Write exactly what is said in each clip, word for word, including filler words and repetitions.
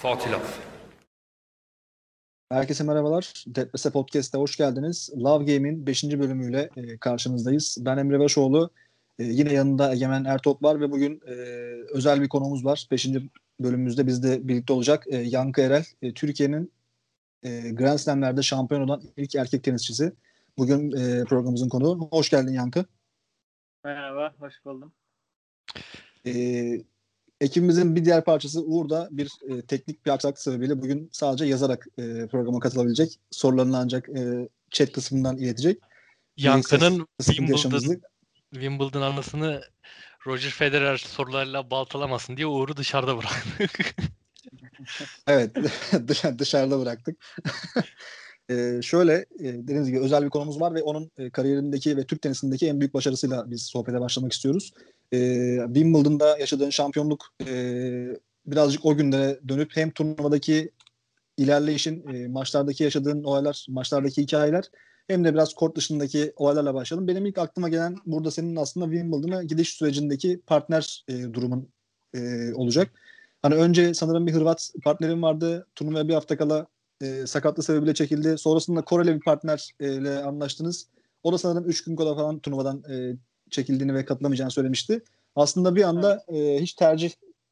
Fatih Laf. Herkese merhabalar. Deprese Podcast'a hoş geldiniz. Love Game'in beşinci bölümüyle e, karşınızdayız. Ben Emre Başoğlu. E, yine yanında Egemen Ertop var ve bugün e, özel bir konuğumuz var. beşinci bölümümüzde bizde birlikte olacak. E, Yankı Erel, e, Türkiye'nin e, Grand Slam'lerde şampiyon olan ilk erkek tenisçisi. Bugün e, programımızın konuğu. Hoş geldin Yankı. Merhaba, hoş buldum. E, Ekibimizin bir diğer parçası Uğur da bir e, teknik bir aksaklık sebebiyle bugün sadece yazarak e, programa katılabilecek. Sorularını ancak e, chat kısmından iletecek. Yankı'nın Wimbledon, Wimbledon anısını Roger Federer sorularıyla baltalamasın diye Uğur'u dışarıda bıraktık. Evet, dışarıda bıraktık. Ee, şöyle, e, dediğiniz gibi özel bir konumuz var ve onun e, kariyerindeki ve Türk tenisindeki en büyük başarısıyla biz sohbete başlamak istiyoruz. Ee, Wimbledon'da yaşadığın şampiyonluk e, birazcık o günlere dönüp hem turnuvadaki ilerleyişin, e, maçlardaki yaşadığın olaylar, maçlardaki hikayeler hem de biraz kort dışındaki olaylarla başlayalım. Benim ilk aklıma gelen burada senin aslında Wimbledon'a gidiş sürecindeki partner e, durumun e, olacak. Hani önce sanırım bir Hırvat partnerin vardı. Turnuvaya bir hafta kala e, sakatlığı sebebiyle çekildi. Sonrasında Koreli bir partnerle anlaştınız. O da sanırım üç gün kala falan turnuvadan e, çekildiğini ve katılamayacağını söylemişti. Aslında bir anda e, hiç tercih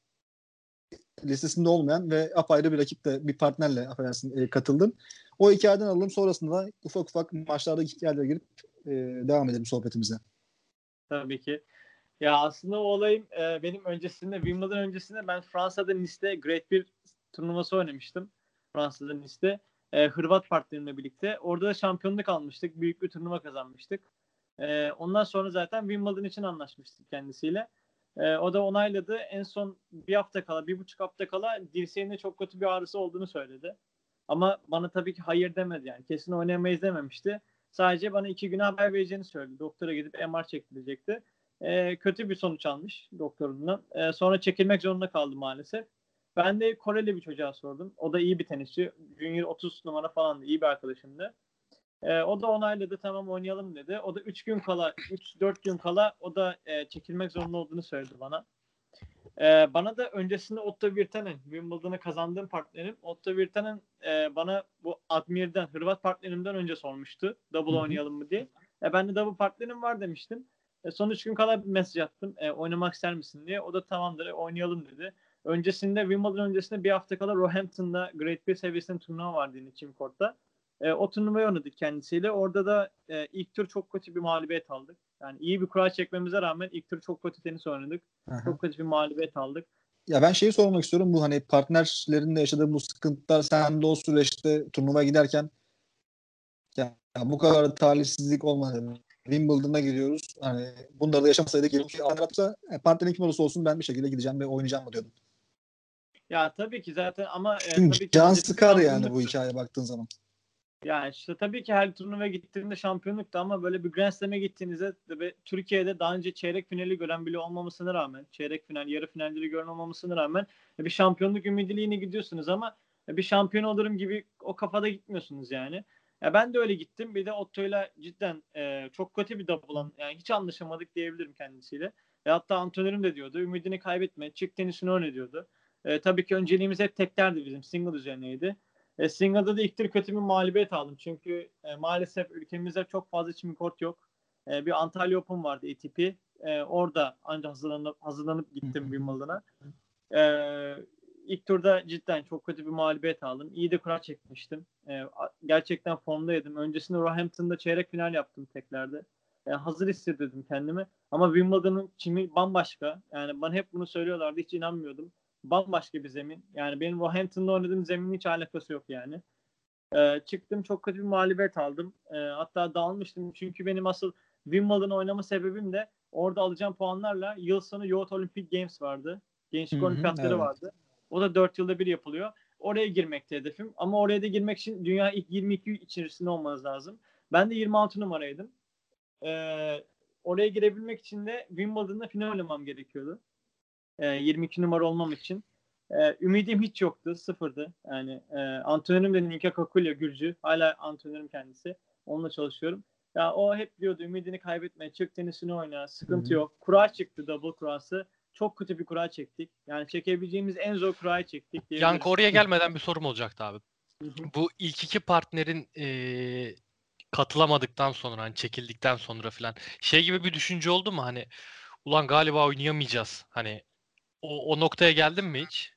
listesinde olmayan ve apayrı bir rakiple, bir partnerle affedersin e, katıldın. O hikayeden alalım. Sonrasında da ufak ufak maçlardaki hikayelere girip e, devam edelim sohbetimize. Tabii ki. Ya aslında o olayım e, benim öncesinde, Wimbledon öncesinde ben Fransa'da Nice'de Grade bir turnuvası oynamıştım. Fransa'da Nice'de. E, Hırvat partnerimle birlikte. Orada da şampiyonluk almıştık. Büyük bir turnuva kazanmıştık. E, ondan sonra zaten Wimbledon için anlaşmıştık kendisiyle. E, o da onayladı. En son bir hafta kala, bir buçuk hafta kala dirseğinde çok kötü bir ağrısı olduğunu söyledi. Ama bana tabii ki hayır demedi yani. Kesin oynayamayız dememişti. Sadece bana iki güne haber vereceğini söyledi. Doktora gidip M R çektirecekti. E, kötü bir sonuç almış doktorundan. E, sonra çekilmek zorunda kaldı maalesef. Ben de Koreli bir çocuğa sordum. O da iyi bir tenisçi. Junior otuz numara falandı. İyi bir arkadaşımdı. E, o da onayladı. Tamam oynayalım dedi. O da üç gün kala, üç dört gün kala o da e, çekilmek zorunda olduğunu söyledi bana. Ee, bana da öncesinde Otto Virtanen, Wimbledon'ı kazandığım partnerim. Otto Virtanen e, bana bu Admir'den, Hırvat partnerimden önce sormuştu. Double oynayalım mı diye. E, ben de double partnerim var demiştim. E, son üç gün kala bir mesaj attım. E, oynamak ister misin diye. O da tamamdır e, oynayalım dedi. Öncesinde Wimbledon öncesinde bir hafta kala Roehampton'da Grade bir seviyesinde turnuva vardı yine Çim Kort'ta. E, o turnuvayı oynadık kendisiyle. Orada da e, ilk tur çok kötü bir mağlubiyet aldık. Yani iyi bir kura çekmemize rağmen ilk tur çok kötü tenis oynadık. Aha. Çok kötü bir mağlubiyet aldık. Ya ben şeyi sormak istiyorum. Bu hani partnerlerinle yaşadığı bu sıkıntılar sen de o süreçte turnuvaya giderken ya, ya bu kadar talihsizlik olmadı. Wimbledon'a gidiyoruz. Hani bunları da yaşamasaydık ki anlatsa partnerin kim olursa olsun ben bir şekilde gideceğim ve oynayacağım mı diyordum. Ya tabii ki zaten ama e, Çünkü tabii ki can sıkar yani bu hikayeye baktığın zaman. Yani işte tabii ki her turnuvaya gittiğinde şampiyonluktu ama böyle bir Grand Slam'e gittiğinizde ve Türkiye'de daha önce çeyrek finali gören bile olmamasına rağmen, çeyrek final, yarı finalleri gören olmamasına rağmen bir şampiyonluk ümidiyle yine gidiyorsunuz ama bir şampiyon olurum gibi o kafada gitmiyorsunuz yani. Ya ben de öyle gittim. Bir de Otto'yla cidden e, çok kötü bir double, yani hiç anlaşamadık diyebilirim kendisiyle. E, hatta antrenörüm de diyordu, ümidini kaybetme, çık tenisini oyna diyordu. E, tabii ki önceliğimiz hep teklerdi bizim, single üzerineydi. E, Single'da da ilk tur kötü bir mağlubiyet aldım. Çünkü e, maalesef ülkemizde çok fazla çim kort yok. E, bir Antalya Open vardı A T P. E, orada ancak hazırlanıp, hazırlanıp gittim Wimbledon'a. E, ilk turda cidden çok kötü bir mağlubiyet aldım. İyi de kura çekmiştim. E, gerçekten formdaydım. Öncesinde Roehampton'da çeyrek final yaptım teklerde. E, hazır hissediyordum kendimi. Ama Wimbledon'ın çimi bambaşka. Yani bana hep bunu söylüyorlardı. Hiç inanmıyordum. Bambaşka bir zemin. Yani benim Roehampton'da oynadığım zeminin hiç alakası yok yani. Ee, çıktım çok kötü bir mağlubiyet aldım. Ee, hatta dağılmıştım. Çünkü benim asıl Wimbledon oynama sebebim de orada alacağım puanlarla yıl sonu Youth Olympic Games vardı. Gençlik olimpiyatları evet. vardı. O da dört yılda bir yapılıyor. Oraya girmekte hedefim. Ama oraya da girmek için dünya ilk yirmi iki içerisinde olmanız lazım. Ben de yirmi altı numaraydım. Ee, oraya girebilmek için de Wimbledon'da final oynamam gerekiyordu. Ee, yirmi iki numara olmam için. Ee, ümidim hiç yoktu. Sıfırdı. Yani e, antrenörüm de Nika Kakulya Gürcü. Hala antrenörüm kendisi. Onunla çalışıyorum. Ya o hep diyordu ümidini kaybetme. Çık tenisini oyna. Sıkıntı yok. Kura çıktı. Double kurası. çok kötü bir kura çektik. Yani çekebileceğimiz en zor kurayı çektik diyebiliriz. Yankı oraya gelmeden bir sorum olacaktı abi. Hı hı. Bu ilk iki partnerin e, katılamadıktan sonra hani çekildikten sonra falan şey gibi bir düşünce oldu mu hani ulan galiba oynayamayacağız hani o, o noktaya geldin mi hiç?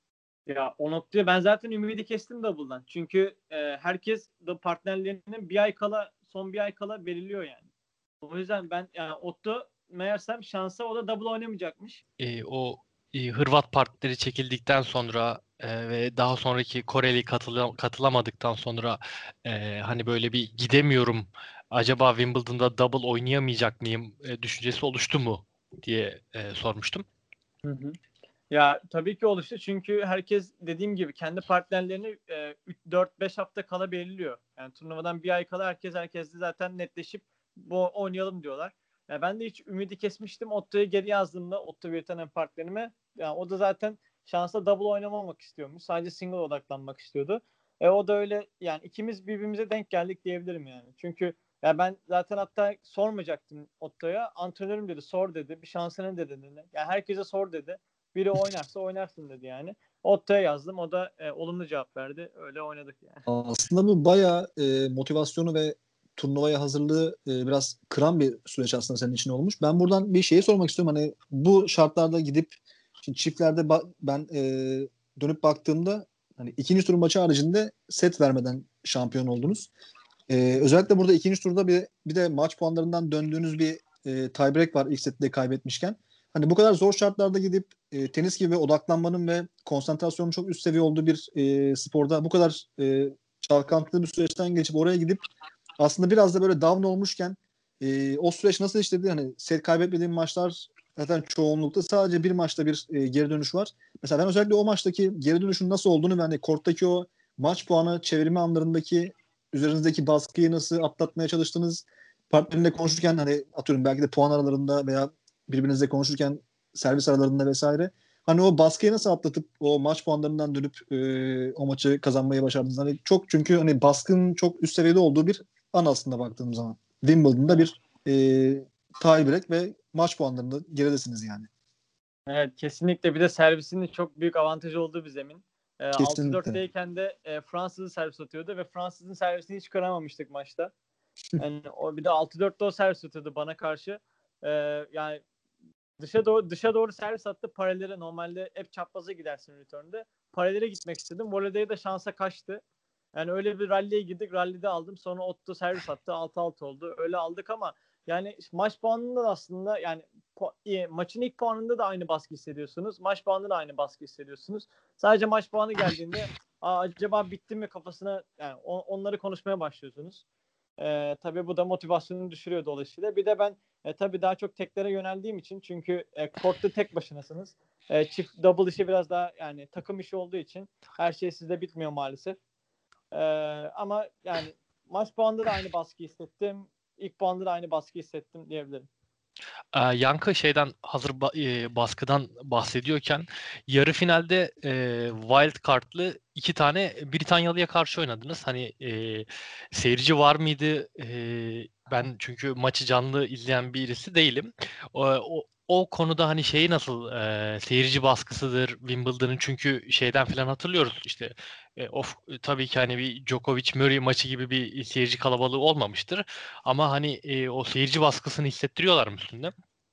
Ya o noktaya ben zaten ümidi kestim Double'dan. Çünkü e, herkes da partnerlerinin bir ay kala son bir ay kala belirliyor yani. O yüzden ben yani Otto meğersem şansa o da double oynamayacakmış. E, o e, Hırvat partileri çekildikten sonra e, ve daha sonraki Koreli katıla- katılamadıktan sonra e, hani böyle bir gidemiyorum acaba Wimbledon'da double oynayamayacak mıyım e, düşüncesi oluştu mu diye e, sormuştum. Hı hı. Ya tabii ki oluştu çünkü herkes dediğim gibi kendi partnerlerini e, dört beş hafta kala belirliyor. Yani turnuvadan bir ay kala herkes herkesle zaten netleşip bu oynayalım diyorlar. Ya ben de hiç ümidi kesmiştim. Otto'yu geri yazdığımda Otto Virtanen partnerime yani o da zaten şansla double oynamamak istiyormuş. Sadece single odaklanmak istiyordu. E o da öyle yani ikimiz birbirimize denk geldik diyebilirim yani. Çünkü ya ben zaten hatta sormayacaktım Otto'ya. Antrenörüm dedi sor dedi. Bir şansını dedi. dedi. Yani herkese sor dedi. Biri oynarsa oynarsın dedi yani. Otto'ya yazdım. O da e, olumlu cevap verdi. Öyle oynadık yani. Aslında bu bayağı e, motivasyonu ve turnuvaya hazırlığı e, biraz kıran bir süreç aslında senin için olmuş. Ben buradan bir şeyi sormak istiyorum. Hani bu şartlarda gidip şimdi çiftlerde ba- ben e, dönüp baktığımda hani ikinci tur maçı haricinde set vermeden şampiyon oldunuz. E, özellikle burada ikinci turda bir bir de maç puanlarından döndüğünüz bir e, tiebreak var ilk sette kaybetmişken. Hani bu kadar zor şartlarda gidip e, tenis gibi odaklanmanın ve konsantrasyonun çok üst seviye olduğu bir e, sporda bu kadar e, çalkantılı bir süreçten geçip oraya gidip aslında biraz da böyle down olmuşken e, o süreç nasıl işledi? Hani set kaybetmediğim maçlar zaten çoğunlukta sadece bir maçta bir e, geri dönüş var. Mesela ben özellikle o maçtaki geri dönüşün nasıl olduğunu ve hani korttaki o maç puanı çevirme anlarındaki üzerinizdeki baskıyı nasıl atlatmaya çalıştınız? Partnerinle konuşurken hani atıyorum belki de puan aralarında veya birbirinizle konuşurken servis aralarında vesaire. Hani o baskıyı nasıl atlatıp o maç puanlarından dönüp e, o maçı kazanmayı başardınız? Hani çok çünkü hani baskının çok üst seviyede olduğu bir an aslında baktığım zaman. Wimbledon'da bir e, tiebreak ve maç puanlarında geridesiniz yani. Evet kesinlikle bir de servisinin çok büyük avantajı olduğu bir zemin. E, altı Kesinlikle. dörtteyken de e, Fransız'ın servis atıyordu ve Fransız'ın servisini hiç kıramamıştık maçta. Yani o bir de altı dörtte o servis atıyordu bana karşı. E, yani dışa doğru dışa doğru servis attı. Paralele normalde hep çapraza gidersin return'de. Paralele gitmek istedim. Voleyda'ya da şansa kaçtı. Yani öyle bir rally'ye girdik. Rally'de aldım. Sonra Otto servis attı. altı altı oldu. Öyle aldık ama yani maç puanında da aslında yani pu- maçın ilk puanında da aynı baskı hissediyorsunuz. Maç puanında da aynı baskı hissediyorsunuz. Sadece maç puanı geldiğinde Aa, acaba bitti mi kafasına yani on, onları konuşmaya başlıyorsunuz. Ee, tabii bu da motivasyonunu düşürüyor dolayısıyla. Bir de ben e, tabii daha çok teklere yöneldiğim için çünkü e, kortta tek başınasınız. E, çift double işi biraz daha yani takım işi olduğu için her şey sizde bitmiyor maalesef. E, ama yani maç puanında da aynı baskı hissettim. İlk puanda da aynı baskı hissettim diyebilirim. Ee, Yankı şeyden hazır ba- e, baskıdan bahsediyorken yarı finalde e, wild card'lı iki tane Britanyalı'ya karşı oynadınız. Hani e, seyirci var mıydı? E, ben çünkü maçı canlı izleyen birisi değilim. O, o, o konuda hani şeyi nasıl e, seyirci baskısıdır Wimbledon'ın çünkü şeyden falan hatırlıyoruz işte e, of tabii ki hani bir Djokovic Murray maçı gibi bir seyirci kalabalığı olmamıştır ama hani e, o seyirci baskısını hissettiriyorlar mı üstünde?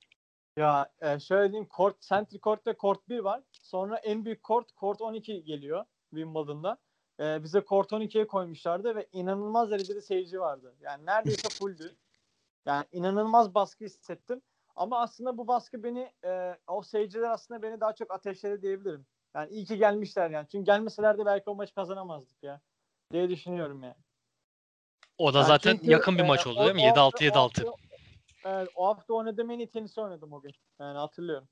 Ya e, şöyle diyeyim court, Century Court ve Court bir var. Sonra en büyük court Court on iki geliyor Wimbledon'da. E, bize Court on ikiye koymuşlardı ve inanılmaz derecede seyirci vardı. Yani neredeyse fulldü. Yani inanılmaz baskı hissettim. Ama aslında bu baskı beni e, o seyirciler aslında beni daha çok ateşledi diyebilirim. Yani iyi ki gelmişler yani. Çünkü gelmeselerdi belki o maçı kazanamazdık ya diye düşünüyorum yani. O da Yani zaten çünkü yakın bir e, maç oldu o, değil mi? o hafta yedi altı o yedi altı. hafta evet, o hafta oynadığım en iyi tenisi oynadım o gün. Yani hatırlıyorum.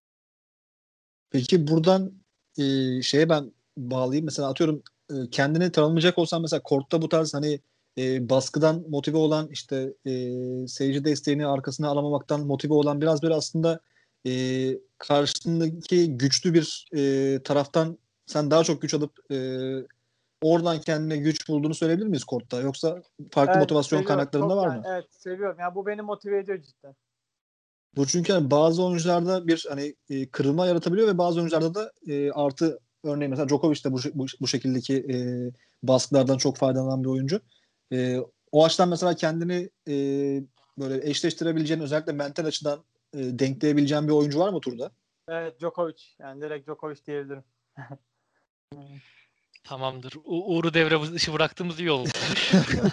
Peki buradan e, şeye ben bağlayayım. Mesela atıyorum e, kendini tanımlayacak olsan mesela kortta bu tarz hani e, baskıdan motive olan işte e, seyirci desteğini arkasına alamamaktan motive olan biraz böyle aslında e, karşısındaki güçlü bir e, taraftan sen daha çok güç alıp e, oradan kendine güç bulduğunu söyleyebilir miyiz kortta? Yoksa farklı Evet motivasyon seviyorum. kaynaklarında Çok var yani mı? evet seviyorum. Yani bu beni motive ediyor cidden. Bu çünkü hani bazı oyuncularda bir hani e, kırılma yaratabiliyor ve bazı oyuncularda da e, artı, örneğin mesela Djokovic de bu, bu, bu şekildeki e, baskılardan çok faydalanan bir oyuncu. E, O açıdan mesela kendini e, böyle eşleştirebileceğin, özellikle mental açıdan e, denkleyebileceğin bir oyuncu var mı turda? Evet, Djokovic. Yani direkt Djokovic diyebilirim. Tamamdır. U- Uğur'u devre dışı bıraktığımız iyi olmuş.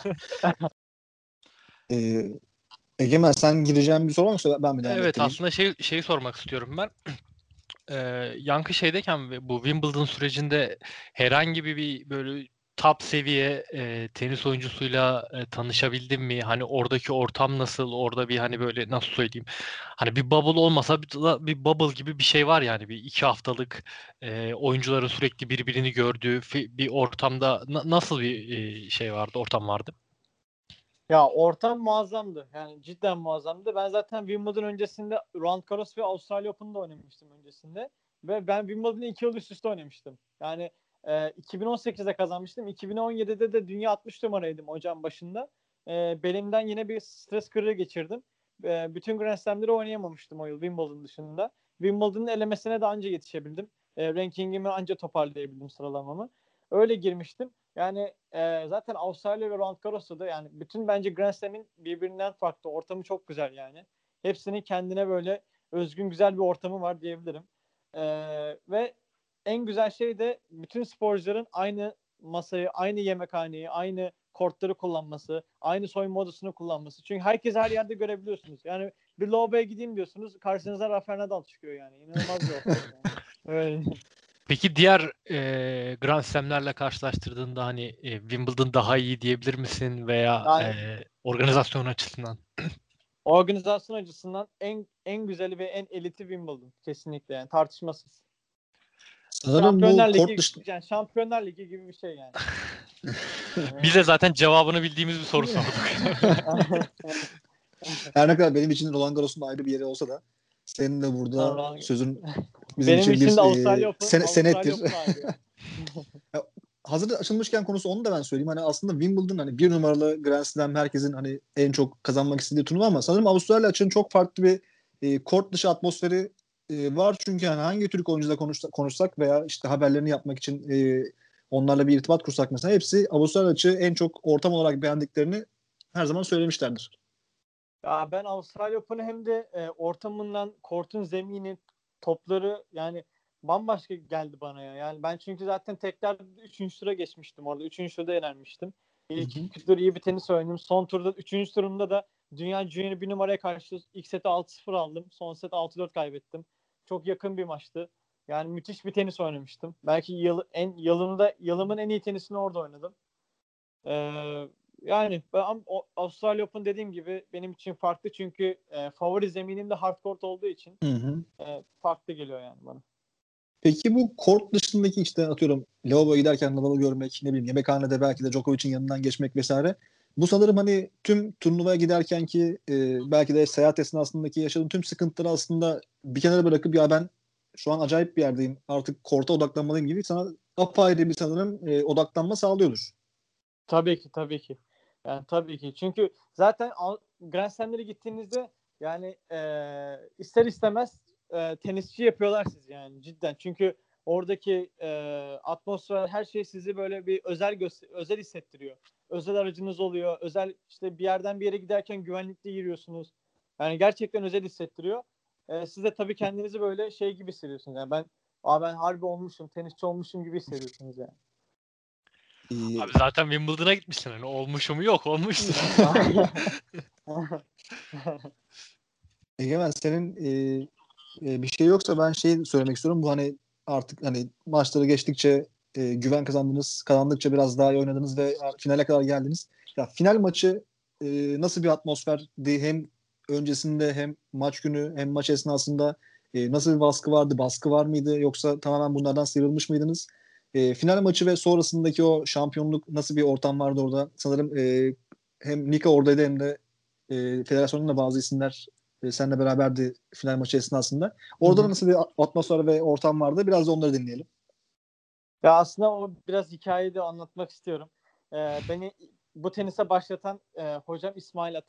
E, Egemen, sen gireceğin bir soru var mı, yoksa ben mi devam Evet, ettireyim? aslında şey şeyi sormak istiyorum ben. Ee, Yankı şeydeyken ve bu Wimbledon sürecinde herhangi bir, bir böyle top seviye e, tenis oyuncusuyla e, tanışabildin mi? Hani oradaki ortam nasıl? Orada bir hani böyle nasıl söyleyeyim? Hani bir bubble olmasa bir, bir bubble gibi bir şey var yani bir iki haftalık e, oyuncuların sürekli birbirini gördüğü fi- bir ortamda na- nasıl bir e, şey vardı, ortam vardı? Ya ortam muazzamdı. Yani cidden muazzamdı. Ben zaten Wimbledon öncesinde Roland Garros ve Avustralya Open'da oynamıştım öncesinde. Ve ben Wimbledon'ı iki yıl üst üste oynamıştım. Yani e, iki bin on sekizde kazanmıştım. iki bin on yedide de dünya altmış numaraydım ocağın başında. E, belimden yine bir stres kırığı geçirdim. E, bütün Grand Slam'leri oynayamamıştım o yıl Wimbledon dışında. Wimbledon'un elemesine de anca yetişebildim. E, rankingimi anca toparlayabildim, sıralamamı. Öyle girmiştim. Yani e, zaten Avustralya ve Roland Garros'ta da yani bütün bence Grand Slam'in birbirinden farklı. Ortamı çok güzel yani. Hepsinin kendine böyle özgün güzel bir ortamı var diyebilirim. E, Ve en güzel şey de bütün sporcuların aynı masayı, aynı yemekhaneyi, aynı kortları kullanması, aynı soyunma odasını kullanması. Çünkü herkes her yerde görebiliyorsunuz. Yani bir lavaboya gideyim diyorsunuz, karşınıza Rafael Nadal çıkıyor yani. İnanılmaz bir ortam yani. Öyle. Peki diğer e, Grand Slam'lerle karşılaştırdığında hani e, Wimbledon daha iyi diyebilir misin veya e, Yani organizasyon açısından? organizasyon açısından en en güzeli ve en eliti Wimbledon kesinlikle, yani tartışmasız. Sanırım bu Şampiyonlar kort Ligi, dışı yani Şampiyonlar Ligi gibi bir şey yani. Biz de zaten cevabını bildiğimiz bir soru sorduk. her ne kadar benim için Roland Garros'un ayrı bir yeri olsa da, senin de burada Yani sözün bizim benim için için bir de e, Avustralya Open, sen- Avustralya senettir. Open ayrı yani. Ya, hazır açılmışken konusu, onu da ben söyleyeyim. Hani aslında Wimbledon hani bir numaralı Grand Slam, herkesin hani en çok kazanmak istediği turnuva, ama sanırım Avustralya açığın çok farklı bir e, kort dışı atmosferi e, var. Çünkü hani hangi Türk oyuncuyla konuşsak, konuşsak veya işte haberlerini yapmak için e, onlarla bir irtibat kursak mesela, hepsi Avustralya açığı en çok ortam olarak beğendiklerini her zaman söylemişlerdir. Ya ben Avustralya Open'ı hem de e, ortamından, kortun zemini, topları yani bambaşka geldi bana ya. Yani ben çünkü zaten tekrar üçüncü tura geçmiştim orada. Üçüncü turda elenmiştim. Hı İlk hı. iki tur iyi bir tenis oynadım. Son turda, üçüncü turumda da Dünya Junior bir numaraya karşı ilk seti altı sıfır aldım. Son set altı dört kaybettim. Çok yakın bir maçtı. Yani müthiş bir tenis oynamıştım. Belki yıl, en, yılımda, yılımın en iyi tenisini orada oynadım. Ee, Yani ben, o, Avustralya Open dediğim gibi benim için farklı çünkü e, favori zeminim de hardcourt olduğu için Hı hı. e, farklı geliyor yani bana. Peki bu kort dışındaki, işte atıyorum lavaboya giderken Nadal'ı görmek, ne bileyim yemekhanede belki de Djokovic'in yanından geçmek vesaire. Bu sanırım hani tüm turnuvaya giderken ki e, belki de seyahat esnasındaki yaşadığın tüm sıkıntıları aslında bir kenara bırakıp, ya ben şu an acayip bir yerdeyim, artık korta odaklanmalıyım gibi sana apayrı bir sanırım e, odaklanma sağlıyordur. Tabii ki, tabii ki. Yani tabii ki. Çünkü zaten Grand Slam'lere gittiğinizde yani e, ister istemez e, tenisçi yapıyorlar sizi yani cidden. Çünkü oradaki e, atmosfer, her şey sizi böyle bir özel göster özel hissettiriyor. Özel aracınız oluyor. Özel, işte bir yerden bir yere giderken güvenlikli giriyorsunuz. Yani gerçekten özel hissettiriyor. E, siz de tabii kendinizi böyle şey gibi hissediyorsunuz. Yani ben, Aa, ben harbi olmuşum, tenisçi olmuşum gibi hissediyorsunuz yani. E, Abi zaten Wimbledon'a gitmişsin. Hani olmuş mu? Yok, olmuşsun. Egemen, senin e, e, bir şey yoksa ben şey söylemek istiyorum. Bu hani artık hani maçları geçtikçe e, güven kazandınız, kazandıkça biraz daha iyi oynadınız ve finale kadar geldiniz. Ya final maçı e, nasıl bir atmosferdi? Hem öncesinde, hem maç günü, hem maç esnasında e, nasıl bir baskı vardı? Baskı var mıydı? Yoksa tamamen bunlardan sıyrılmış mıydınız? E, final maçı ve sonrasındaki o şampiyonluk, nasıl bir ortam vardı orada? Sanırım e, hem Nika oradaydı, hem de e, federasyonun da bazı isimler e, seninle beraberdi final maçı esnasında. Hı Orada hı. nasıl bir atmosfer ve ortam vardı? Biraz da onları dinleyelim. Ya aslında o biraz hikayeyi de anlatmak istiyorum. Ee, beni bu tenise başlatan e, hocam İsmail Ata.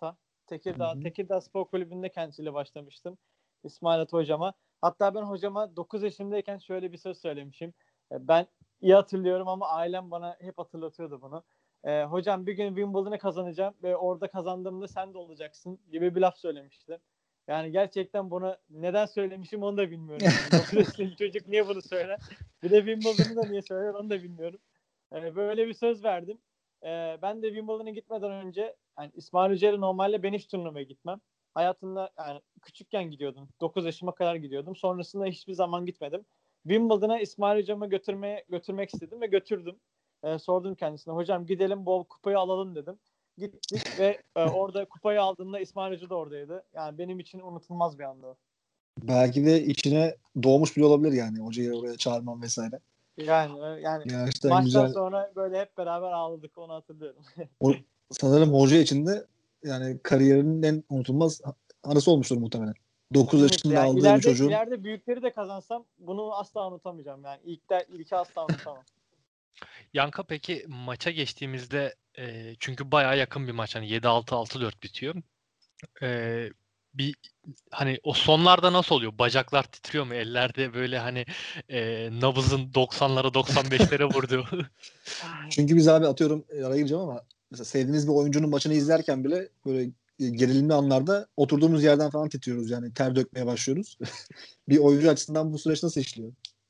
Tekirdağ, Hı hı. Tekirdağ Spor Kulübü'nde kendisiyle başlamıştım. İsmail Ata hocama. Hatta ben hocama dokuz yaşındayken şöyle bir söz söylemişim. E, Ben iyi hatırlıyorum ama ailem bana hep hatırlatıyordu bunu. E, hocam bir gün Wimbledon'ı kazanacağım ve orada kazandığımda sen de olacaksın gibi bir laf söylemişti. Yani gerçekten bunu neden söylemişim onu da bilmiyorum. Yani dokuz yaşındaki çocuk niye bunu söyler? Bir de Wimbledon'ı da niye söyler onu da bilmiyorum. E, böyle bir söz verdim. E, ben de Wimbledon'a gitmeden önce yani İsmail Hoca ile normalde ben hiç turnuvaya gitmem. Hayatımda yani küçükken gidiyordum. dokuz yaşıma kadar gidiyordum. Sonrasında hiçbir zaman gitmedim. Wimbledon'a İsmail Hocam'ı götürmeye götürmek istedim ve götürdüm. E, sordum kendisine. Hocam gidelim bu kupayı alalım dedim. Gittik ve e, orada kupayı aldığında İsmail Hoca da oradaydı. Yani benim için unutulmaz bir andı o. Belki de içine doğmuş bile olabilir yani hocayı oraya çağırmam vesaire. Yani e, yani Gerçekten maçtan güzel. sonra böyle hep beraber ağladık onu hatırlıyorum. O, sanırım hoca için de yani kariyerinin en unutulmaz anısı olmuştur muhtemelen. dokuz Kesinlikle. yaşında Yani aldığı bir ileride çocuğun. ileride büyükleri de kazansam bunu asla unutamayacağım. Yani ilk de ilki asla unutamam. Yanka peki maça geçtiğimizde e, çünkü bayağı yakın bir maç. Hani yedi altı altı dört bitiyor. E, bir hani o sonlarda nasıl oluyor? Bacaklar titriyor mu? Ellerde böyle hani e, nabızın doksanlara doksan beşlere vurduğu. Çünkü biz abi atıyorum e, araya gireceğim ama mesela sevdiğiniz bir oyuncunun maçını izlerken bile böyle e, gerilimli anlarda oturduğumuz yerden falan titriyoruz yani ter dökmeye başlıyoruz. Bir oyuncu açısından bu süreç nasıl işliyor?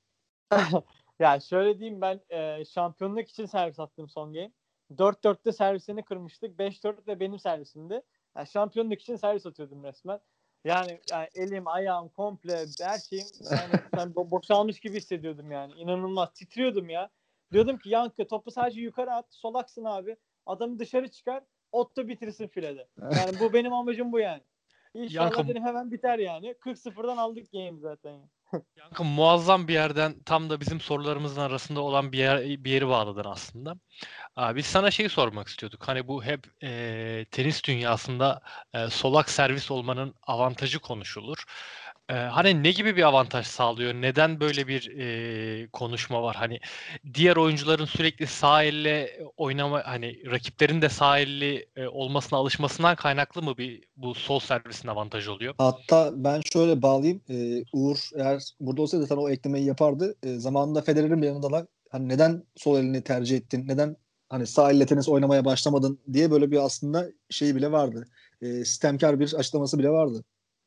Ya şöyle diyeyim ben e, şampiyonluk için servis attım son game. dört dörtte servisini kırmıştık. beş dört de benim servisimdi. Yani şampiyonluk için servis atıyordum resmen. Yani, yani elim, ayağım komple her şeyim yani ben bo- boşalmış gibi hissediyordum yani. İnanılmaz titriyordum ya. Diyordum ki Yankı topu sadece yukarı at. Solaksın abi. Adamı dışarı çıkar. Otto bitirsin filede. Yani bu benim amacım bu yani. Yanka İnşallah dedim hemen biter yani. kırk sıfırdan aldık game zaten. Yani. Kanka muazzam bir yerden tam da bizim sorularımızın arasında olan bir yer bir yeri bağladın aslında. Aa, biz sana şeyi sormak istiyorduk. Hani bu hep e, tenis dünyasında e, solak servis olmanın avantajı konuşulur. E, hani ne gibi bir avantaj sağlıyor? Neden böyle bir e, konuşma var? Hani diğer oyuncuların sürekli sağ elle oynama hani rakiplerin de sağ elli e, olmasına alışmasından kaynaklı mı bir bu sol servisin avantajı oluyor? Hatta ben şöyle bağlayayım. Ee, Uğur eğer burada olsaydı sana o eklemeyi yapardı. Ee, zamanında Federer'in bir yanında da hani neden sol elini tercih ettin? Neden hani sağ elle tenis oynamaya başlamadın diye böyle bir aslında şey bile vardı. Ee, sistemkar bir açıklaması bile vardı.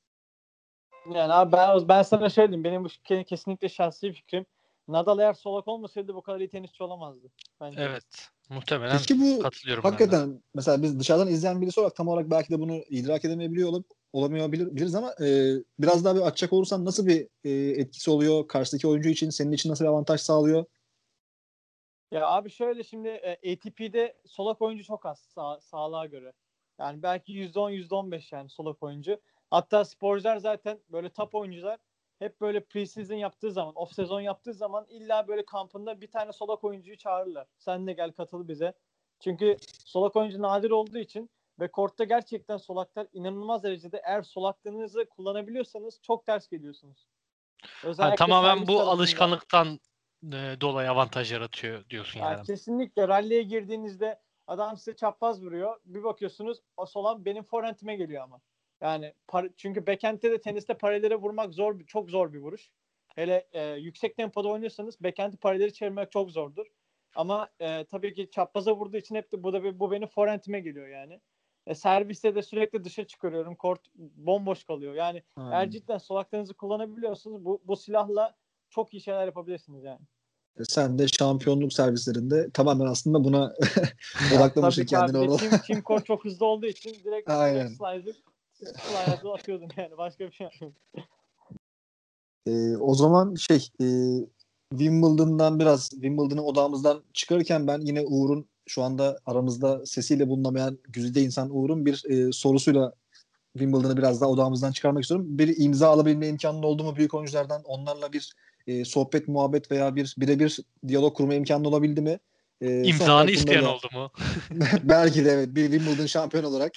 Yani abi ben, ben sana şöyle diyeyim. Benim bu ke- kesinlikle şahsi fikrim. Nadal eğer solak olmasaydı bu kadar iyi tenisçi olamazdı. Bence. Evet, muhtemelen Peki bu katılıyorum ben de. hakikaten mesela biz dışarıdan izleyen birisi olarak tam olarak belki de bunu idrak edemeyebiliyor olup olamayabilir biliriz ama e, biraz daha bir açacak olursan nasıl bir e, etkisi oluyor? Karşıdaki oyuncu için senin için nasıl bir avantaj sağlıyor? Ya abi şöyle şimdi e, A T P'de solak oyuncu çok az sağ, sağlığa göre. Yani belki yüzde on yüzde on beş yani solak oyuncu. Hatta sporcular zaten böyle top oyuncular hep böyle pre-season yaptığı zaman, off sezon yaptığı zaman illa böyle kampında bir tane solak oyuncuyu çağırırlar. Sen de gel katıl bize. Çünkü solak oyuncu nadir olduğu için ve kortta gerçekten solaklar inanılmaz derecede eğer solaklığınızı kullanabiliyorsanız çok ters geliyorsunuz. Ha, Özellikle tamamen servis bu tarafında. alışkanlıktan e, dolayı avantaj yaratıyor diyorsun Yani yani. kesinlikle ralliye girdiğinizde adam size çapraz vuruyor. Bir bakıyorsunuz o solan benim forehand'ime geliyor ama. Yani par- çünkü backhand'de de teniste paralele vurmak zor, çok zor bir vuruş. Hele e, yüksek tempoda oynuyorsanız backhand'i paralele çevirmek çok zordur. Ama e, tabii ki çapraza vurduğu için hep de bu da bu benim forehand'ime geliyor yani. E, serviste de sürekli dışa çıkarıyorum. Kort bomboş kalıyor. Yani eğer Hmm. cidden solaklarınızı kullanabiliyorsanız bu, bu silahla çok iyi şeyler yapabilirsiniz yani. Sen de şampiyonluk servislerinde tamamen aslında buna Ya odaklamışsın tabii ki kendini abi de orada. team team court çok hızlı olduğu için direkt direkt Aynen. slice'ı slice'ı atıyordum yani başka bir şey yapmıyordum. Ee, o zaman şey e, Wimbledon'dan biraz Wimbledon'ı odağımızdan çıkarırken ben yine Uğur'un şu anda aramızda sesiyle bulunamayan güzide insan Uğur'un bir e, sorusuyla Wimbledon'ı biraz daha odağımızdan çıkarmak istiyorum. Bir imza alabilme imkanı oldu mu büyük oyunculardan? Onlarla bir e, sohbet, muhabbet veya bir birebir diyalog kurma imkanı olabildi mi? E, son İmzanı olarak bunları isteyen da oldu mu? belki de evet bir Wimbledon şampiyon olarak.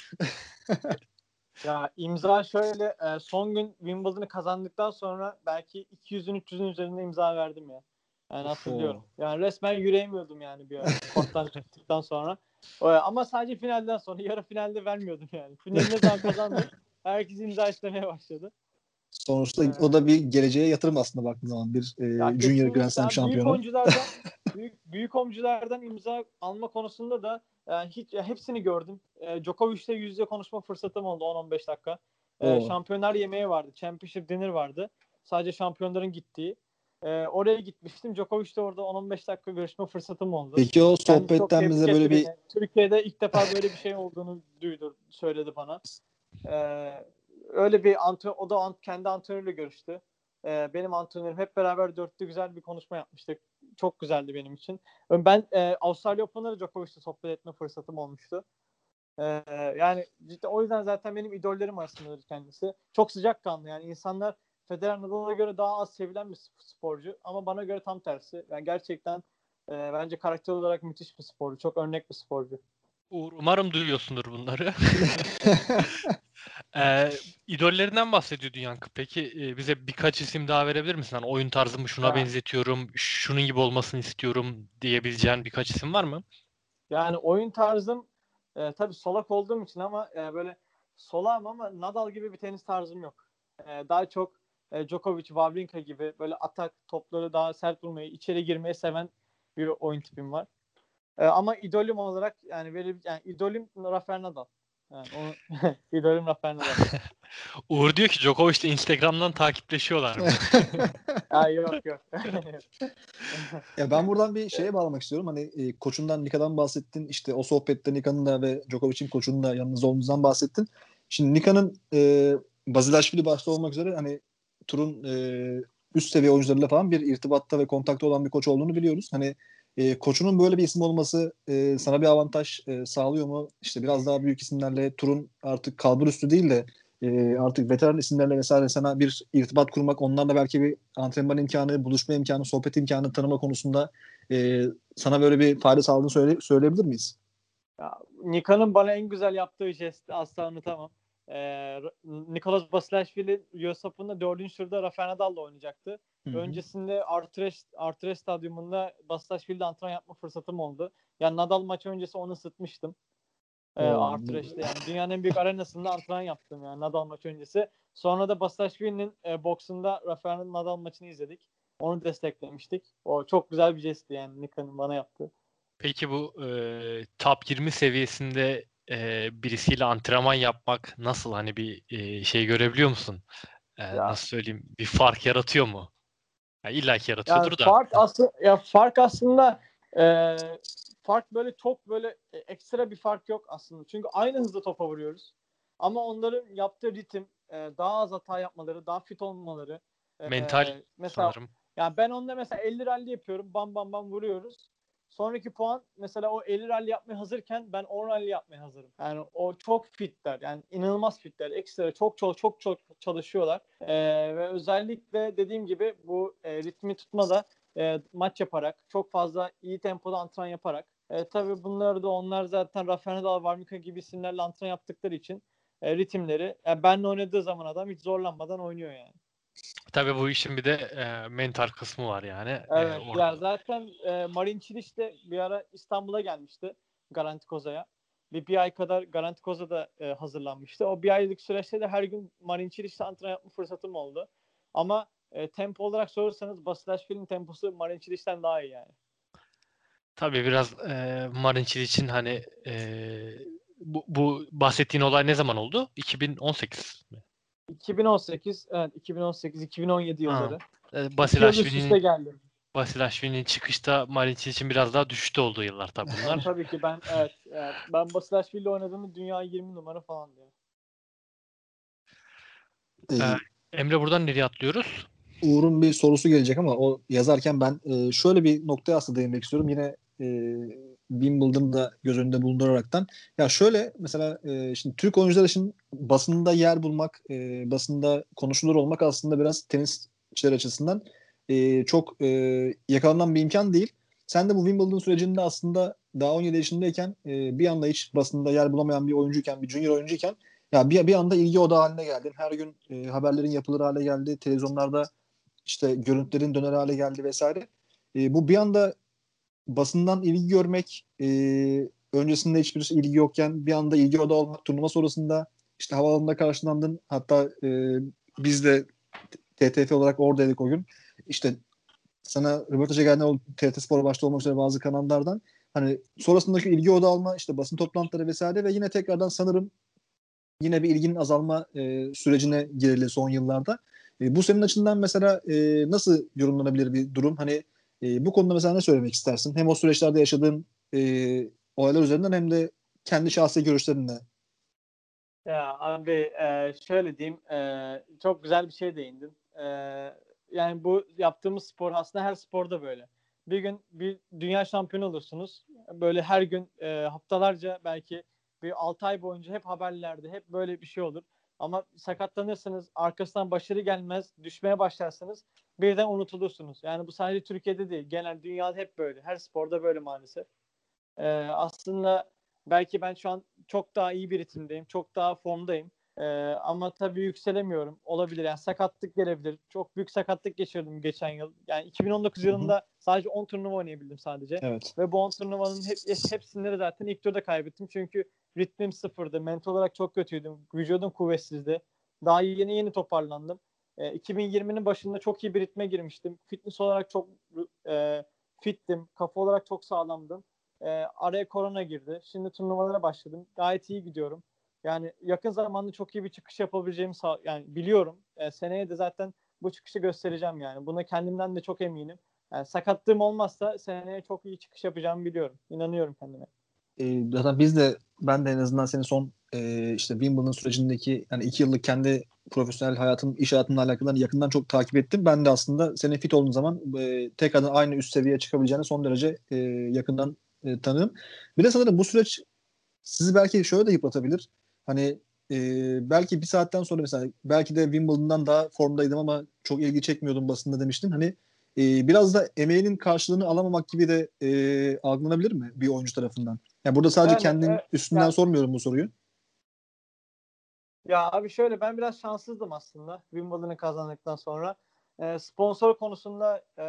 Ya imza şöyle e, son gün Wimbledon'ı kazandıktan sonra belki iki yüzün üç yüzün üzerinde imza verdim ya. Yani hatırlıyorum. Yani resmen yürüyemiyordum yani bir ara. Korttan çıktıktan sonra. Ama sadece finalden sonra. Yarı finalde vermiyordum yani. Finali ne zaman kazandım? Herkes imza istemeye başladı. Sonuçta Evet. o da bir geleceğe yatırım aslında baktığın zaman. Bir e, Junior Grand Slam yani şampiyonu. Büyük oyunculardan büyük, büyük oyunculardan imza alma konusunda da yani hiç ya hepsini gördüm. E, Djokovic'le yüz yüze konuşma fırsatım oldu on on beş dakika. E, şampiyonlar yemeği vardı. Championship dinner vardı. Sadece şampiyonların gittiği. E, oraya gitmiştim. Djokovic'le orada on on beş dakika görüşme fırsatım oldu. Peki o Kendisi sohbetten bize böyle bir... Beni. Türkiye'de ilk defa böyle bir şey olduğunu duydu, söyledi bana. E, öyle bir antrenör, o da ant, kendi antrenörüyle görüştü. E, benim antrenörüm hep beraber dörtlü güzel bir konuşma yapmıştık. Çok güzeldi benim için. Ben e, Avustralya Open'da Djokovic'le sohbet etme fırsatım olmuştu. E, yani cidden o yüzden zaten benim idollerim arasındadır kendisi. Çok sıcakkanlı yani insanlar Federer Nadal'a göre daha az sevilen bir sporcu ama bana göre tam tersi. Yani gerçekten e, bence karakter olarak müthiş bir sporcu. Çok örnek bir sporcu. Uğur, umarım duyuyorsundur bunları. e, idollerinden bahsediyordu Yankı. Peki e, bize birkaç isim daha verebilir misin? Hani oyun tarzımı şuna ha. benzetiyorum, şunun gibi olmasını istiyorum diyebileceğin birkaç isim var mı? Yani oyun tarzım e, tabii solak olduğum için ama e, böyle solağım ama Nadal gibi bir tenis tarzım yok. E, daha çok e, Djokovic, Wawrinka gibi böyle atak topları daha sert vurmayı, içeri girmeyi seven bir oyun tipim var. E, ama idolüm olarak yani böyle yani idolüm Rafael Nadal. Yani onu idolüm Rafael Nadal. Uğur diyor ki Djokovic'le Instagram'dan takipleşiyorlar mı? Ha, yok yok. Ya ben buradan bir şeye bağlamak istiyorum. Hani e, koçundan Nika'dan bahsettin. İşte o sohbette Nika'nın da ve Djokovic'in koçunun da yanınızda olduğunuzdan bahsettin. Şimdi Nika'nın e, Basilashvili başta olmak üzere hani turun e, üst seviye oyuncularıyla falan bir irtibatta ve kontakta olan bir koç olduğunu biliyoruz. Hani e, koçunun böyle bir isim olması e, sana bir avantaj e, sağlıyor mu? İşte biraz daha büyük isimlerle turun artık kalbur üstü değil de e, artık veteran isimlerle vesaire sana bir irtibat kurmak, onlarla belki bir antrenman imkanı, buluşma imkanı, sohbet imkanı tanıma konusunda e, sana böyle bir fayda sağladığını söyle, söyleyebilir miyiz? Ya, Nika'nın bana en güzel yaptığı jest asla unutamam. Ee, Nicolas Basilashvili U S Open'da dördüncü turda Rafael Nadal'la oynayacaktı. Hı-hı. Öncesinde Artres, Artres Stadyumunda Basilashvili'de antrenman yapma fırsatım oldu. Yani Nadal maçı öncesi onu ısıtmıştım. Ee, Artres'te yani dünyanın en büyük arenasında antrenman yaptım yani Nadal maçı öncesi. Sonra da Basilashvili'nin e, boksunda Rafael Nadal maçını izledik. Onu desteklemiştik. O çok güzel bir jestti yani Nika'nın bana yaptığı. Peki bu e, top yirmi seviyesinde e, birisiyle antrenman yapmak nasıl? Hani bir e, şey görebiliyor musun? E, nasıl söyleyeyim? Bir fark yaratıyor mu? Ya İlla ki yaratıyordur yani da. Fark aslında ya fark aslında e, fark böyle çok böyle ekstra bir fark yok aslında. Çünkü aynı hızda topa vuruyoruz. Ama onların yaptığı ritim e, daha az hata yapmaları, daha fit olmaları. E, Mental mesela sanırım. yani ben onda mesela elli rally yapıyorum. Bam bam bam vuruyoruz. Sonraki puan mesela o elli rally yapmaya hazırken ben on rally yapmaya hazırım. Yani o çok fitler. Yani inanılmaz fitler. Ekstra çok çok çok çok çalışıyorlar. Ee, ve özellikle dediğim gibi bu e, ritmi tutmada e, maç yaparak çok fazla iyi tempoda antrenman yaparak e, tabii bunları da onlar zaten Rafael Nadal, Wawrinka gibi isimlerle antrenman yaptıkları için e, ritimleri yani benle oynadığı zaman adam hiç zorlanmadan oynuyor yani. Tabii bu işin bir de e, mental kısmı var yani. Evet. E, orada... Ya zaten e, Marin Cilic de bir ara İstanbul'a gelmişti Garanti Koza'ya. Bir, bir ay kadar Garanti Koza'da e, hazırlanmıştı. O bir aylık süreçte de her gün Marin Cilic'le antrenman yapma fırsatım oldu. Ama e, tempo olarak sorarsanız Basilashvili'nin temposu Marin Cilic'ten daha iyi yani. Tabii biraz e, Marin Cilic'in hani e, bu, bu bahsettiğin olay ne zaman oldu? iki bin on sekiz mi? iki bin on sekiz evet iki bin on sekiz iki bin on yedi yılları. E, İki yıl üst üste Basilashvili'nin geldi. Basilashvili'nin çıkışta Marin Cilic'in biraz daha düşüşte olduğu yıllar tabii bunlar. Yani, tabii ki ben evet, evet ben Basilashvili oynadığımda dünya yirmi numara falan diyor. Ee, Emre buradan nereye atlıyoruz? Uğur'un bir sorusu gelecek ama o yazarken ben e, şöyle bir noktaya aslında değinmek istiyorum. Yine e, Wimbledon'da göz önünde bulunduraraktan. Ya şöyle mesela e, şimdi Türk oyuncular için basında yer bulmak, e, basında konuşulur olmak aslında biraz tenisçiler açısından e, çok e, yakalanan bir imkan değil. Sen de bu Wimbledon sürecinde aslında daha on yedi yaşındayken e, bir anda hiç basında yer bulamayan bir oyuncuyken, bir junior oyuncuyken ya bir, bir anda ilgi odağı haline geldin. Her gün e, haberlerin yapılır hale geldi. Televizyonlarda işte görüntülerin döner hale geldi vesaire. E, bu bir anda basından ilgi görmek, e, öncesinde hiçbir ilgi yokken bir anda ilgi odağı olmak, turnuva sonrasında işte havaalanında karşılandın. Hatta e, biz de T T F olarak oradaydık o gün. İşte sana röportaja geldiğinde o T R T Spor başta olmak üzere bazı kanallardan hani sonrasındaki ilgi odağı alma, işte basın toplantıları vesaire ve yine tekrardan sanırım yine bir ilginin azalma e, sürecine girildi son yıllarda. E, bu senin açından mesela e, nasıl yorumlanabilir bir durum? Hani e, bu konuda mesela ne söylemek istersin? Hem o süreçlerde yaşadığın e, olaylar üzerinden hem de kendi şahsi görüşlerinle. Ya abi e, şöyle diyeyim, e, çok güzel bir şey değindin. E, yani bu yaptığımız spor aslında her sporda böyle. Bir gün bir dünya şampiyonu olursunuz. Böyle her gün e, haftalarca belki bir altı ay boyunca hep haberlerde hep böyle bir şey olur. Ama sakatlanırsınız, arkasından başarı gelmez, düşmeye başlarsınız, birden unutulursunuz. Yani bu sadece Türkiye'de değil, genel dünyada hep böyle. Her sporda böyle maalesef. Ee, aslında belki ben şu an çok daha iyi bir ritimdeyim. Çok daha formdayım. Ee, ama tabii yükselemiyorum. Olabilir. Yani sakatlık gelebilir. Çok büyük sakatlık geçirdim geçen yıl. Yani iki bin on dokuz yılında hı hı. sadece on turnuva oynayabildim sadece. Evet. Ve bu on turnuvanın hep, hepsinde de zaten ilk turda kaybettim. Çünkü ritmim sıfırdı. Mental olarak çok kötüydüm. Vücudum kuvvetsizdi. Daha yeni yeni toparlandım. Ee, iki bin yirminin başında çok iyi bir ritme girmiştim. Fitness olarak çok e, fittim. Kafa olarak çok sağlamdım. E, araya korona girdi. Şimdi turnuvalara başladım. Gayet iyi gidiyorum. Yani yakın zamanda çok iyi bir çıkış yapabileceğimi sağ- yani biliyorum. E, seneye de zaten bu çıkışı göstereceğim yani. Buna kendimden de çok eminim. Yani sakatlığım olmazsa seneye çok iyi çıkış yapacağımı biliyorum. İnanıyorum kendime. E, zaten biz de ben de en azından senin son e, işte Wimbledon sürecindeki yani iki yıllık kendi profesyonel hayatım, iş hayatımla alakalı yakından çok takip ettim. Ben de aslında senin fit olduğun zaman e, tekrardan aynı üst seviyeye çıkabileceğini son derece e, yakından e, tanırım. Bir de sanırım bu süreç sizi belki şöyle de yıpratabilir. Hani e, belki bir saatten sonra mesela belki de Wimbledon'dan daha formdaydım ama çok ilgi çekmiyordum basında demiştin. Hani e, biraz da emeğinin karşılığını alamamak gibi de e, algılanabilir mi bir oyuncu tarafından? Yani burada sadece Yani kendin e, üstünden ya, sormuyorum bu soruyu. ya abi şöyle, ben biraz şanssızdım aslında Wimbledon'ı kazandıktan sonra. E, sponsor konusunda e,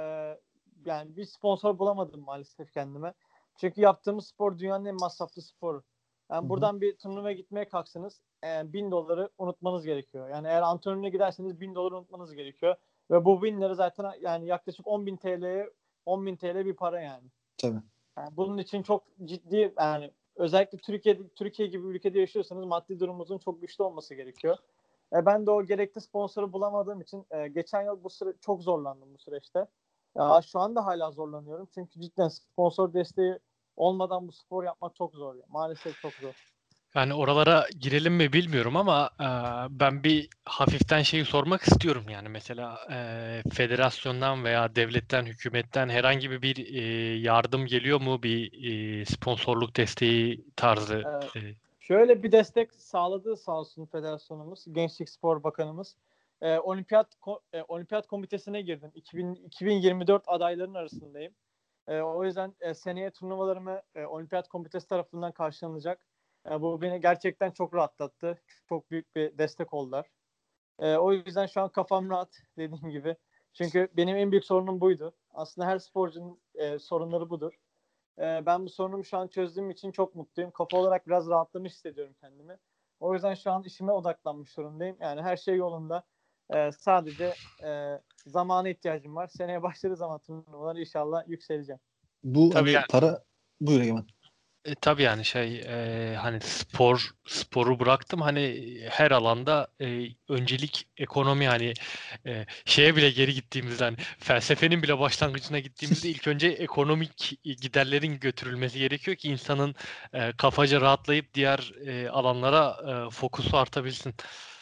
yani bir sponsor bulamadım maalesef kendime. Çünkü yaptığımız spor dünyanın en masraflı sporu. Hı Yani hı. buradan bir turnuvaya gitmeye kalksanız e, bin doları unutmanız gerekiyor. Yani eğer antrenörüne giderseniz bin doları unutmanız gerekiyor. Ve bu bin lira zaten yani yaklaşık on bin T L'ye on bin T L bir para yani. Tabii. Yani bunun için çok ciddi, yani özellikle Türkiye Türkiye gibi bir ülkede yaşıyorsanız maddi durumunuzun çok güçlü olması gerekiyor. E, ben de o gerekli sponsoru bulamadığım için e, geçen yıl bu süre çok zorlandım bu süreçte. Ya şu anda hala zorlanıyorum. Çünkü cidden sponsor desteği olmadan bu spor yapmak çok zor. Ya. Maalesef çok zor. Yani oralara girelim mi bilmiyorum ama e, ben bir hafiften şeyi sormak istiyorum. Yani mesela e, federasyondan veya devletten, hükümetten herhangi bir e, yardım geliyor mu? Bir e, sponsorluk desteği tarzı. E, E, Şöyle bir destek sağladı sağ olsun federasyonumuz, Gençlik Spor Bakanımız. E, olimpiyat ko- e, olimpiyat komitesine girdim. iki bin, iki bin yirmi dört adayların arasındayım. E, o yüzden e, seneye turnuvalarımı e, olimpiyat komitesi tarafından karşılanacak. E, bu beni gerçekten çok rahatlattı. Çok büyük bir destek oldular. E, o yüzden şu an kafam rahat dediğim gibi. Çünkü benim en büyük sorunum buydu. Aslında her sporcunun e, sorunları budur. E, ben bu sorunumu şu an çözdüğüm için çok mutluyum. Kafa olarak biraz rahatlamış hissediyorum kendimi. O yüzden şu an işime odaklanmış durumdayım. Yani her şey yolunda. E, sadece e, zamana ihtiyacım var. Seneye başladığı zaman turnuvalar inşallah yükseleceğim. Bu tabii hani yani, para buyur Egemen. e, tabii yani şey e, hani spor sporu bıraktım hani her alanda e, öncelik ekonomi hani e, şeye bile geri gittiğimizde hani felsefenin bile başlangıcına gittiğimizde ilk önce ekonomik giderlerin götürülmesi gerekiyor ki insanın e, kafaca rahatlayıp diğer e, alanlara e, fokusu artabilsin.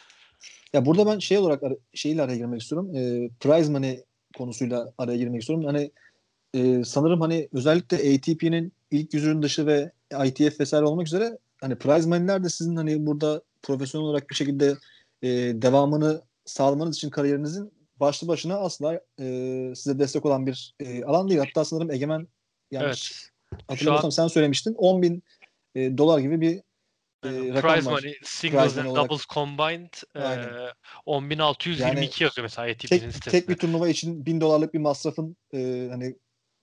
Ya burada ben şey olarak ara- şeyle araya girmek istiyorum. E, prize money konusuyla araya girmek istiyorum. Hani e, sanırım hani özellikle A T P'nin ilk yüzünün dışı ve I T F vesaire olmak üzere hani prize money'ler de sizin hani burada profesyonel olarak bir şekilde e, devamını sağlamanız için kariyerinizin başlı başına asla e, size destek olan bir e, alan değil. Hatta sanırım Egemen yanlış Evet. Şu an hatırlamıyorsam sen söylemiştin on bin e, dolar gibi bir aynen, e, rakam prize var. money, singles Prize and money olarak. doubles combined e, Aynen. on bin altı yüz yirmi Yani iki yazıyor mesela A T P'nin tek tek sitesinde. bir turnuva için bin dolarlık bir masrafın e, hani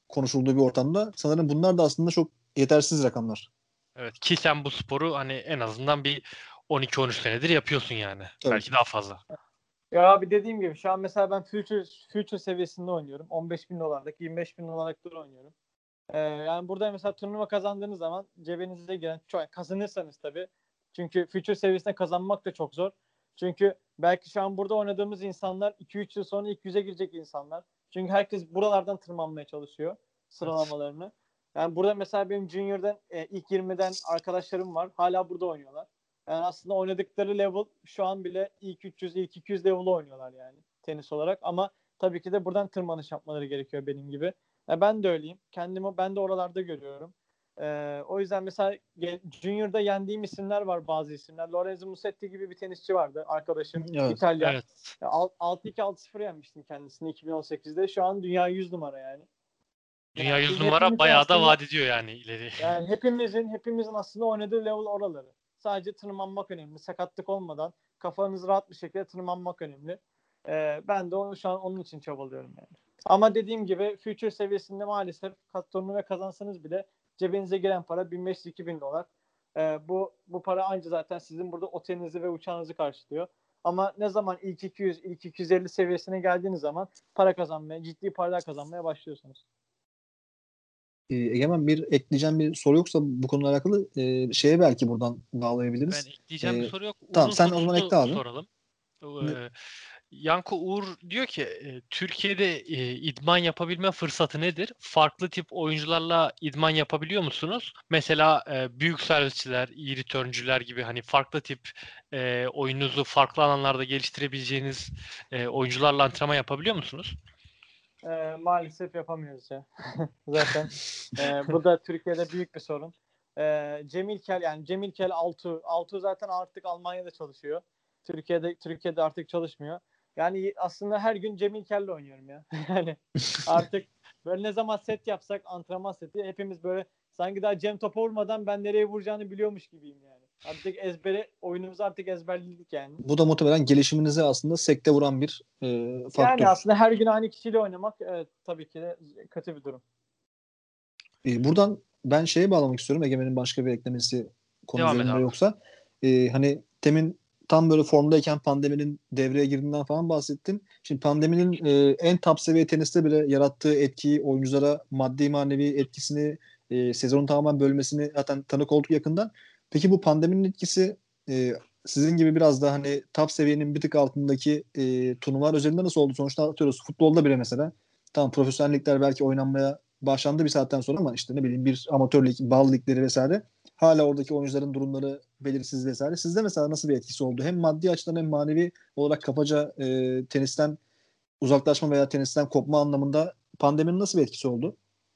konuşulduğu bir ortamda sanırım bunlar da aslında çok yetersiz rakamlar. Evet ki sen bu sporu hani en azından bir on iki on üç senedir yapıyorsun yani. Tabii Belki ki. daha fazla. Ya abi dediğim gibi şu an mesela ben Future, Future seviyesinde oynuyorum. on beş bin dolarlık, yirmi beş bin dolarlık oynuyorum. Ee, yani burada mesela turnuva kazandığınız zaman cebinize giren, çok kazanırsanız tabii. Çünkü Future seviyesinde kazanmak da çok zor. Çünkü belki şu an burada oynadığımız insanlar iki üç yıl sonra ilk yüze girecek insanlar. Çünkü herkes buralardan tırmanmaya çalışıyor sıralamalarını. Yani burada mesela benim Junior'dan e, ilk yirmiden arkadaşlarım var. Hala burada oynuyorlar. Yani aslında oynadıkları level şu an bile ilk üç yüz, ilk iki yüz level'ı oynuyorlar yani tenis olarak. Ama tabii ki de buradan tırmanış yapmaları gerekiyor benim gibi. Ya ben de öyleyim. Kendimi ben de oralarda görüyorum. Ee, o yüzden mesela Junior'da yendiğim isimler var, bazı isimler. Lorenzo Musetti gibi bir tenisçi vardı arkadaşım. Evet. İtalyan. Evet. altı iki altı sıfır yenmiştim kendisini iki bin on sekizde. Şu an dünya yüz numara yani. Dünya Yani yüz biz numara hepimizin bayağı da aslında vaat ediyor yani ileri. yani hepimizin hepimizin aslında oynadığı level oraları. Sadece tırmanmak önemli. Sakatlık olmadan kafanız rahat bir şekilde tırmanmak önemli. Ee, ben de onu, şu an onun için çabalıyorum yani. Ama dediğim gibi Future seviyesinde maalesef turnuva kazansanız bile cebinize giren para bin beş yüz iki bin dolar. Ee, bu bu para anca zaten sizin burada otelinizi ve uçağınızı karşılıyor. Ama ne zaman ilk iki yüz, ilk iki yüz elli seviyesine geldiğiniz zaman para kazanmaya, ciddi paralar kazanmaya başlıyorsunuz. Ee, Egemen, bir ekleyeceğim bir soru yoksa bu konuyla alakalı e, şeye belki buradan Ben bağlayabiliriz. ekleyeceğim bir E, soru yok. tamam, Uğur'un sen o zaman ekle sorusunu abi. soralım. Ne- Ee, Yanko Uğur diyor ki e, Türkiye'de e, idman yapabilme fırsatı nedir? Farklı tip oyuncularla idman yapabiliyor musunuz? Mesela e, büyük servisçiler, iyi returncüler gibi hani farklı tip e, oyununuzu farklı alanlarda geliştirebileceğiniz e, oyuncularla antrenman yapabiliyor musunuz? Ee, maalesef yapamıyoruz ya. Zaten e, bu da Türkiye'de büyük bir sorun. Ee, Cemil Kel yani Cemil Kel Altuğ. Altuğ zaten artık Almanya'da çalışıyor. Türkiye'de Türkiye'de artık çalışmıyor. Yani aslında her gün Cemil Kel'le oynuyorum ya. Yani artık böyle ne zaman set yapsak, antrenman seti, hepimiz böyle sanki daha Cem topa vurmadan ben nereye vuracağını biliyormuş gibiyim yani. Artık ezbere oyunumuzu artık ezberledik yani. Bu da muhtemelen gelişiminizi aslında sekte vuran bir e, Yani faktör. aslında her gün aynı kişiyle oynamak, evet, tabii ki de kötü bir durum. E, buradan ben şeye bağlamak istiyorum. Egemen'in başka bir eklemesi konu Devam et üzerinde abi. yoksa. E, hani temin tam böyle formdayken pandeminin devreye girdiğinden falan bahsettin. Şimdi pandeminin e, en top seviye teniste bile yarattığı etkiyi, oyunculara maddi manevi etkisini, e, sezonun tamamen bölmesini zaten tanık olduk yakından. Peki bu pandeminin etkisi e, sizin gibi biraz da hani top seviyenin bir tık altındaki e, turnuvalar üzerinde nasıl oldu? Sonuçta atıyoruz futbolda bile mesela. Tamam, profesyonel ligler belki oynanmaya başlandı bir saatten sonra ama işte ne bileyim bir amatör lig, bal ligleri vesaire hala oradaki oyuncuların durumları belirsiz vesaire. Sizde mesela nasıl bir etkisi oldu? Hem maddi açıdan hem manevi olarak kafaca e, tenisten uzaklaşma veya tenisten kopma anlamında pandeminin nasıl bir etkisi oldu?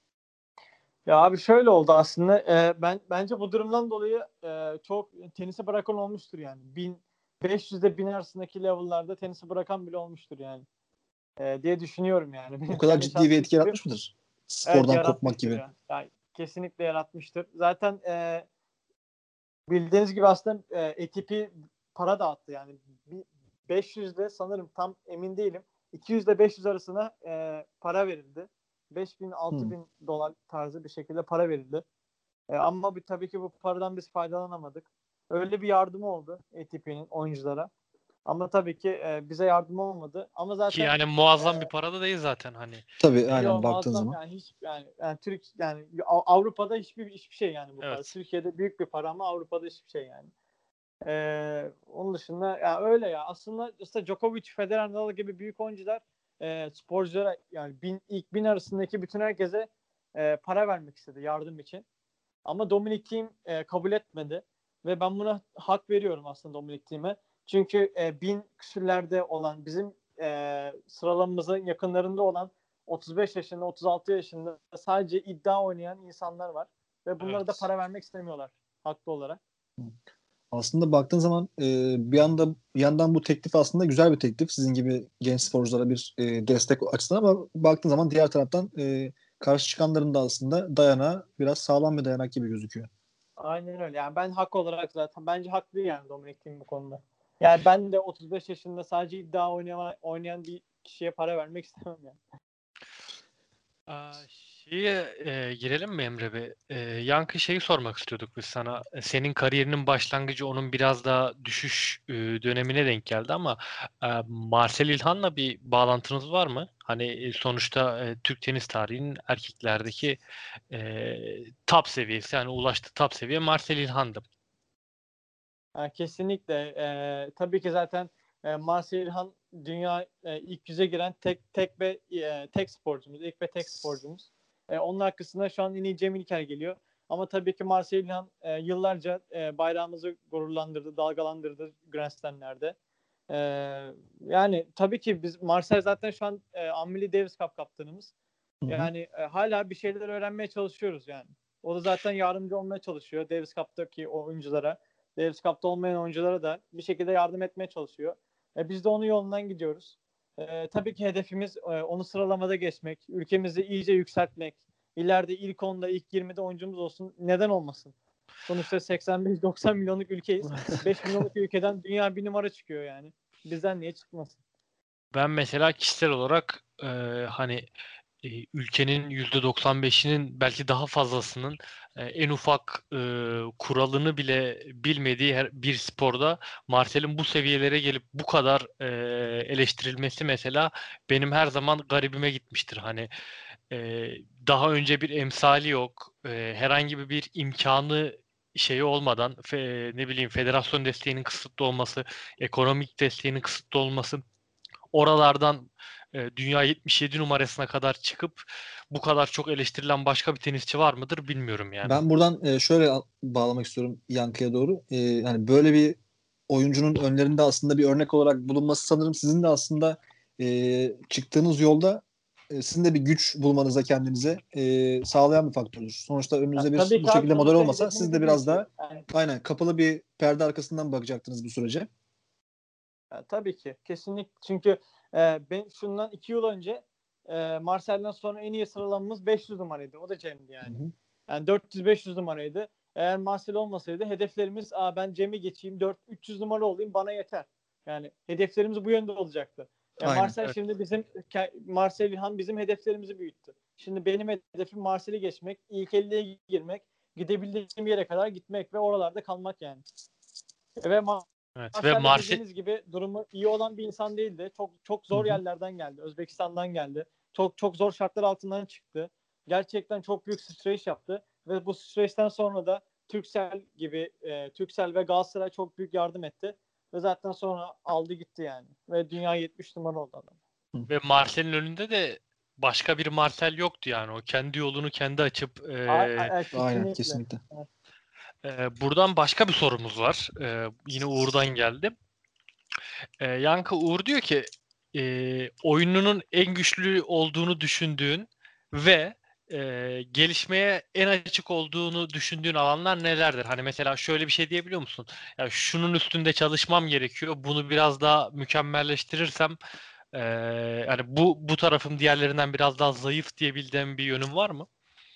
Ya abi şöyle oldu aslında. E, ben bence bu durumdan dolayı e, çok tenisi bırakan olmuştur yani. bin beş yüz ile bin arasındaki level'larda tenisi bırakan bile olmuştur yani. E, diye düşünüyorum yani. O Benim kadar kendi ciddi bir şahsi etki fikrim. yaratmış mıdır? Evet, Spordan kopmak yaratmıştır gibi. ya. Yani kesinlikle yaratmıştır. Zaten e, bildiğiniz gibi aslında e, A T P para dağıttı yani. Bir beş yüzde sanırım, tam emin değilim. iki yüz ile beş yüz arasına e, para verildi. beş bin altı Hmm. bin dolar tarzı bir şekilde para verildi. E, ama bir, tabii ki bu paradan biz faydalanamadık. Öyle bir yardımı oldu A T P'nin oyunculara. Ama tabii ki e, bize yardım olmadı. Ama Ki zaten yani e, muazzam bir para da değil zaten hani. Tabii, E, aynen yo, baktığın muazzam zaman. yani, hiç yani, yani Türk yani Av- Avrupa'da hiçbir hiçbir şey yani bu para. evet. Türkiye'de büyük bir para ama Avrupa'da hiçbir şey yani. Ee, onun dışında ya öyle ya. Aslında işte Djokovic, Federer, Nadal gibi büyük oyuncular e, sporculara yani bin, ilk bin arasındaki bütün herkese e, para vermek istedi yardım için. Ama Dominic Thiem e, kabul etmedi. Ve ben buna hak veriyorum aslında Dominic Thiem'e. Çünkü e, bin küsürlerde olan bizim e, sıralamamızın yakınlarında olan otuz beş yaşında, otuz altı yaşında sadece iddia oynayan insanlar var. Ve bunlara da Evet. para vermek istemiyorlar haklı olarak. Aslında baktığın zaman e, bir anda bir yandan bu teklif aslında güzel bir teklif. Sizin gibi genç sporculara bir e, destek açısından ama baktığın zaman diğer taraftan e, karşı çıkanların da aslında dayanağı biraz sağlam bir dayanak gibi gözüküyor. Aynen öyle. Yani ben hak olarak zaten bence haklı yani Dominic Thiem bu konuda. Yani ben de otuz beş yaşında sadece iddia oynayan, oynayan bir kişiye para vermek istemem yani. Aa, Şeye e, girelim mi Emre Bey? E, Yankı şeyi sormak istiyorduk biz sana. E, Senin kariyerinin başlangıcı onun biraz daha düşüş e, dönemine denk geldi ama e, Marcel İlhan'la bir bağlantınız var mı? Hani e, sonuçta e, Türk tenis tarihinin erkeklerdeki e, top seviyesi, yani ulaştığı top seviye Marcel İlhan'dı. Ha, kesinlikle. Ee, tabii ki zaten e, Marcel İlhan dünya e, ilk yüze giren tek tek ve e, tek sporcumuz, ilk ve tek sporcumuz. E, onun arkasında şu an en iyi Cem İlker geliyor. Ama tabii ki Marcel İlhan e, yıllarca e, bayrağımızı gururlandırdı, dalgalandırdı Grand Slam'lerde. E, Yani tabii ki biz Marcel zaten şu an e, Amelie Davis Cup kaptanımız. Hı hı. Yani e, hala bir şeyler öğrenmeye çalışıyoruz yani. O da zaten yardımcı olmaya çalışıyor Davis Cup'taki oyunculara. Davis Cup'ta olmayan oyunculara da bir şekilde yardım etmeye çalışıyor. E, biz de onun yolundan gidiyoruz. E, tabii ki hedefimiz e, onu sıralamada geçmek, ülkemizi iyice yükseltmek. İleride ilk onda, ilk yirmide oyuncumuz olsun. Neden olmasın? Sonuçta seksen beş doksan milyonluk ülkeyiz. beş milyonluk ülkeden dünya bir numara çıkıyor yani. Bizden niye çıkmasın? Ben mesela kişisel olarak e, hani e, ülkenin yüzde doksan beşinin belki daha fazlasının e, en ufak e, kuralını bile bilmediği her bir sporda Marcel'in bu seviyelere gelip bu kadar e, eleştirilmesi mesela benim her zaman garibime gitmiştir. Hani e, daha önce bir emsali yok, e, herhangi bir imkanı şeyi olmadan, fe- ne bileyim federasyon desteğinin kısıtlı olması, ekonomik desteğinin kısıtlı olması, oralardan e, dünya yetmiş yedi numarasına kadar çıkıp bu kadar çok eleştirilen başka bir tenisçi var mıdır bilmiyorum yani. Ben buradan e, şöyle al- bağlamak istiyorum Yankı'ya doğru. E, yani böyle bir oyuncunun önlerinde aslında bir örnek olarak bulunması sanırım sizin de aslında e, çıktığınız yolda e, sizin de bir güç bulmanıza kendinize e, sağlayan bir faktördür. Sonuçta Ya, önünüzde bir tabii bu ki abi şekilde model sonuçta olmasa siz de hedefimizi biraz büyütüyor. daha Yani, aynen kapalı bir perde arkasından bakacaktınız bu sürece. ya, tabii ki. Kesinlikle. Çünkü e, ben şundan iki yıl önce e, Marcel'den sonra en iyi sıralamamız beş yüz numaraydı. O da Cem'di Hı yani. hı. Yani dört yüz beş yüz numaraydı. Eğer Marcel olmasaydı hedeflerimiz Aa, ben Cem'i geçeyim dört üç yüz numara olayım bana yeter. Yani hedeflerimiz bu yönde olacaktı. Yani Aynen. Marcel Evet. şimdi bizim Marcel İlhan bizim hedeflerimizi büyüttü. Şimdi benim hedefim Marcel'i geçmek, ilk elliye girmek, gidebildiğim yere kadar gitmek ve oralarda kalmak yani. Ve Evet ve Marcel de Marcel bildiğiniz gibi durumu iyi olan bir insan değildi. Çok çok Hı zor hı. yerlerden geldi. Özbekistan'dan geldi. Çok çok zor şartlar altından çıktı. Gerçekten çok büyük streç yaptı ve bu streçten sonra da Turkcell gibi e, Turkcell ve Galatasaray çok büyük yardım etti ve zaten sonra aldı gitti yani. Ve dünya yetmiş numara oldu adam. Hı. ve Marcel'in önünde de başka bir Marcel yoktu yani. O kendi yolunu kendi açıp e, A- a- a- Aynen kesinlikle. kesinlikle. e, buradan başka bir sorumuz var. E, yine Uğur'dan geldi. E, Yankı, Uğur diyor ki e, oyununun en güçlü olduğunu düşündüğün ve e, gelişmeye en açık olduğunu düşündüğün alanlar nelerdir? Hani mesela şöyle bir şey diyebiliyor musun? Ya şunun üstünde çalışmam gerekiyor. Bunu biraz daha mükemmelleştirirsem e, hani bu bu tarafım diğerlerinden biraz daha zayıf diyebildiğim bir yönüm var mı?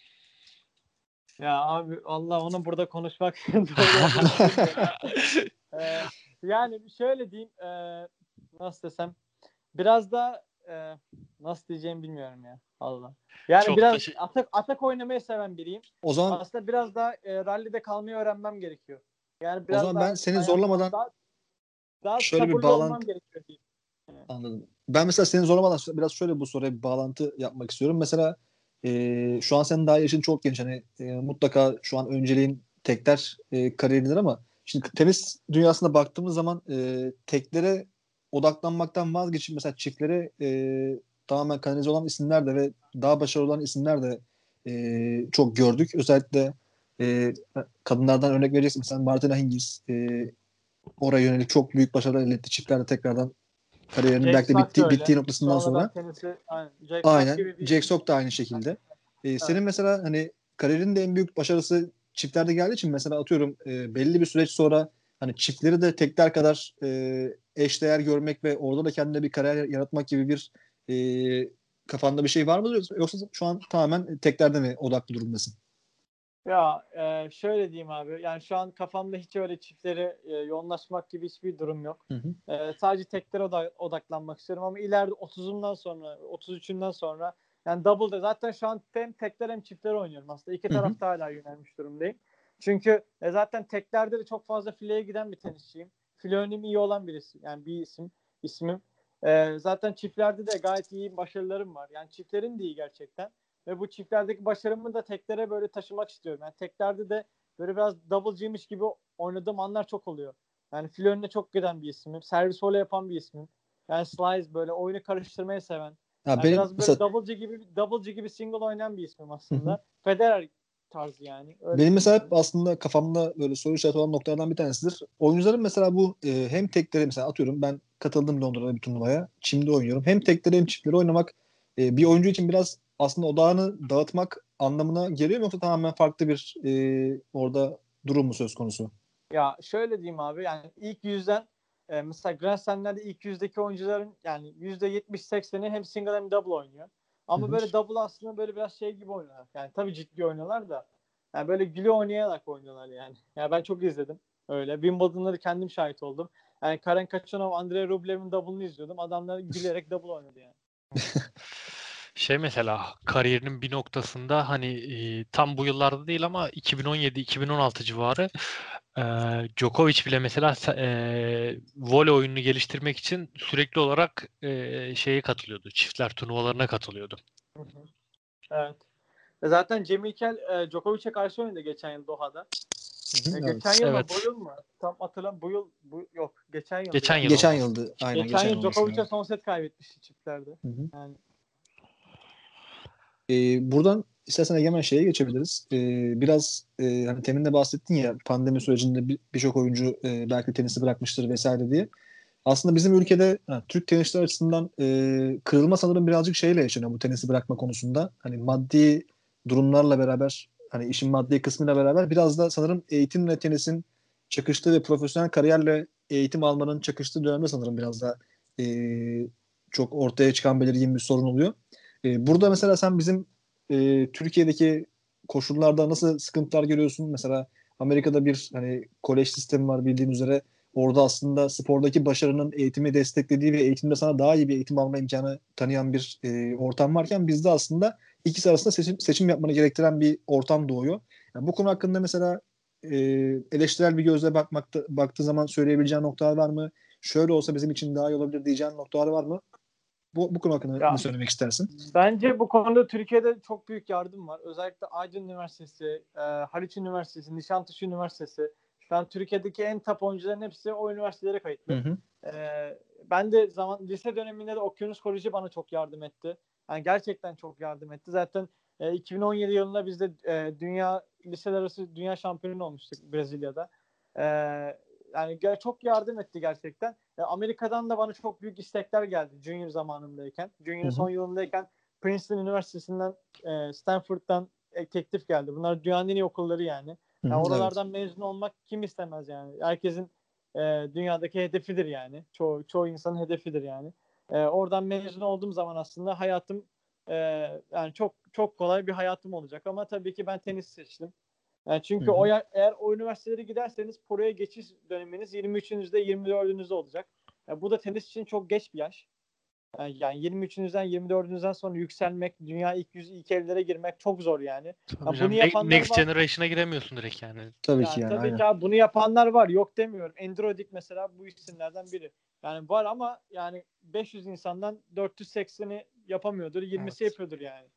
Ya abi Allah onu burada konuşmak doğru olduğunu bilmiyorum. Ee, Yani şöyle diyeyim, e, nasıl desem, biraz da e, nasıl diyeceğimi bilmiyorum ya. Allah. Yani Çok da biraz şey, atak atak oynamayı seven biriyim. O zaman Aslında biraz daha e, rallide kalmayı öğrenmem gerekiyor. Yani o biraz zaman ben daha seni dayanmam, zorlamadan daha daha şöyle bir sabırlı olmam bağlantı gerekiyor diyeyim. Yani, anladım. Ben mesela seni zorlamadan biraz şöyle bu soruya bir bağlantı yapmak istiyorum. Mesela e, şu an senin daha yaşın çok genç. Hani e, mutlaka şu an önceliğin tekler e, kariyerindir ama şimdi tenis dünyasına baktığımız zaman e, teklere odaklanmaktan vazgeçip mesela çiftlere e, tamamen kanalize olan isimler de ve daha başarılı olan isimler de e, çok gördük. Özellikle e, kadınlardan örnek vereceksin. Mesela Martina Hingis e, oraya yönelik çok büyük başarılar elde etti. Çiftlerde tekrardan kariyerinin Jake belki de Sock da bitti, öyle. bittiği noktasından Sonradan sonra. tenisi aynen. Jake Sock Aynen. gibi bir Jack isim. Sock da aynı şekilde. Ee, Evet. senin mesela hani kariyerinin de en büyük başarısı çiftlerde geldiği için mesela atıyorum e, belli bir süreç sonra hani çiftleri de tekler kadar e, eşdeğer görmek ve orada da kendine bir kariyer yaratmak gibi bir e, kafanda bir şey var mı yoksa, yoksa şu an tamamen teklerde mi odaklı durumdasın? Ya e, şöyle diyeyim abi. Yani şu an kafamda hiç öyle çiftlere e, yoğunlaşmak gibi hiçbir durum yok. Hı hı. E, sadece teklere oda- odaklanmak istiyorum ama ileride otuzumdan sonra, otuz üçümden sonra Yani double'da zaten şu an hem tekler hem çiftler oynuyorum aslında. İki tarafta hala yönelmiş durumdayım. Çünkü e, zaten teklerde de çok fazla fileye giden bir tenisçiyim. File önemi iyi olan bir isim. Yani bir isim, ismim. E, zaten çiftlerde de gayet iyi başarılarım var. Yani çiftlerin de iyi gerçekten. Ve bu çiftlerdeki başarımı da teklere böyle taşımak istiyorum. Yani teklerde de böyle biraz double'cıymış gibi oynadığım anlar çok oluyor. Yani file önüne çok giden bir ismim. Servis voley yapan bir ismim. Yani slice böyle oyunu karıştırmayı seven. Ya Yani benim biraz böyle mesela double'cı gibi double'cı gibi single oynayan bir ismim aslında. Federer tarzı yani. Öyle Benim mesela hep düşünüyorum. aslında kafamda böyle soru işareti olan noktalardan bir tanesidir. Oyuncuların mesela bu e, hem tekleri mesela atıyorum ben katıldım Londra'da bir turnuvaya. Çim'de oynuyorum. Hem tekleri hem çiftleri oynamak e, bir oyuncu için biraz aslında odağını dağıtmak anlamına geliyor mu yoksa tamamen farklı bir e, orada durum mu söz konusu? Ya şöyle diyeyim abi yani ilk yüzden e, mesela Grand Slam'lerde ilk yüzdeki oyuncuların yani yüzde yetmiş sekseni hem single hem double oynuyor. Hı Ama hı. böyle double aslında böyle biraz şey gibi oynuyorlar. Yani tabii ciddi oynuyorlar da yani böyle güle oynayarak oynuyorlar yani. Yani ben çok izledim öyle. Wimbledon'ları kendim şahit oldum. Yani Karen Khachanov, Andrei Rublev'in double'ını izliyordum. Adamlar gülerek double oynadı yani. Şey mesela kariyerinin bir noktasında hani e, tam bu yıllarda değil ama iki bin on yedi iki bin on altı civarı e, Djokovic bile mesela se- e, voley oyununu geliştirmek için sürekli olarak e, şeye katılıyordu. Çiftler turnuvalarına katılıyordu. Hı hı. Evet. E zaten Cem İlkel e, Djokovic'e karşı oynadı geçen yıl Doha'da. Hı E, hı, geçen evet. yıl mı bu Evet. yıl mı? Tam hatırlam bu yıl bu yok geçen yıldı Geçen ya. yıl Geçen olması. yıldı. Aynen Geçen geçen yıl yıl olması Djokovic'e lazım. son set kaybetmişti çiftlerde. Hı hı. Yani Ee, buradan istersen Egemen şeye geçebiliriz. Ee, biraz e, hani temin de bahsettin ya pandemi sürecinde bir- birçok oyuncu e, belki tenisi bırakmıştır vesaire diye. Aslında bizim ülkede ha, Türk tenisçiler açısından e, kırılma sanırım birazcık şeyle yaşanıyor bu tenisi bırakma konusunda. Hani maddi durumlarla beraber hani işin maddi kısmıyla beraber biraz da sanırım eğitimle tenisin çakıştığı ve profesyonel kariyerle eğitim almanın çakıştığı dönemde sanırım biraz da e, çok ortaya çıkan belirgin bir sorun oluyor. E, burada mesela sen bizim e, Türkiye'deki koşullarda nasıl sıkıntılar görüyorsun? Mesela Amerika'da bir hani kolej sistemi var bildiğin üzere. Orada aslında spordaki başarının eğitimi desteklediği ve eğitimde sana daha iyi bir eğitim alma imkanı tanıyan bir e, ortam varken bizde aslında ikisi arasında seçim, seçim yapmanı gerektiren bir ortam doğuyor. Yani bu konu hakkında mesela e, eleştirel bir gözle bakmakta, baktığı zaman söyleyebileceğin noktalar var mı? Şöyle olsa bizim için daha iyi olabilir diyeceğin noktalar var mı? Bu, bu konu hakkında ne ya söylemek istersin? bence bu konuda Türkiye'de çok büyük yardım var. Özellikle Aydın Üniversitesi, e, Haliç Üniversitesi, Nişantaşı Üniversitesi. Şu an Türkiye'deki en top oyuncuların hepsi o üniversitelere Hı kayıtlı. hı. E, ben de zaman lise döneminde de Okyanus Koleji bana çok yardım etti. Yani gerçekten çok yardım etti. Zaten e, iki bin on yedi yılında biz de e, dünya liseler arası dünya şampiyonu olmuştuk Brezilya'da. E, yani çok yardım etti gerçekten. E, Amerika'dan da bana çok büyük istekler geldi Junior zamanındayken. Hı Junior hı. son yılındayken Princeton Üniversitesi'nden, e, Stanford'dan e, teklif geldi. Bunlar dünyanın en iyi okulları yani. Hı Yani hı. Evet. oralardan mezun olmak kim istemez yani. Herkesin e, dünyadaki hedefidir yani. Çoğu, çoğu insanın hedefidir yani. E, oradan mezun olduğum zaman aslında hayatım e, yani çok çok kolay bir hayatım olacak ama tabii ki ben tenis seçtim. Yani Hı çünkü o hı. eğer o üniversitelere giderseniz proya geçiş döneminiz yirmi üçünüzde yirmi dördünüzde olacak. Yani bu da tenis için çok geç bir yaş. Yani, yani yirmi üçünüzden yirmi dördünüzden sonra yükselmek, dünya ilk yüz ilk ellere girmek çok zor yani. Tabii Yani bunu canım. Ne- yapanlar Next var. Generation'a giremiyorsun direkt yani. Tabii ki Yani yani tabii aynen. ki abi bunu yapanlar var. Yok demiyorum. Android mesela bu isimlerden biri. Yani var ama yani beş yüz insandan dört yüz sekseni yapamıyordur. yirmisi Evet. yapıyordur yani.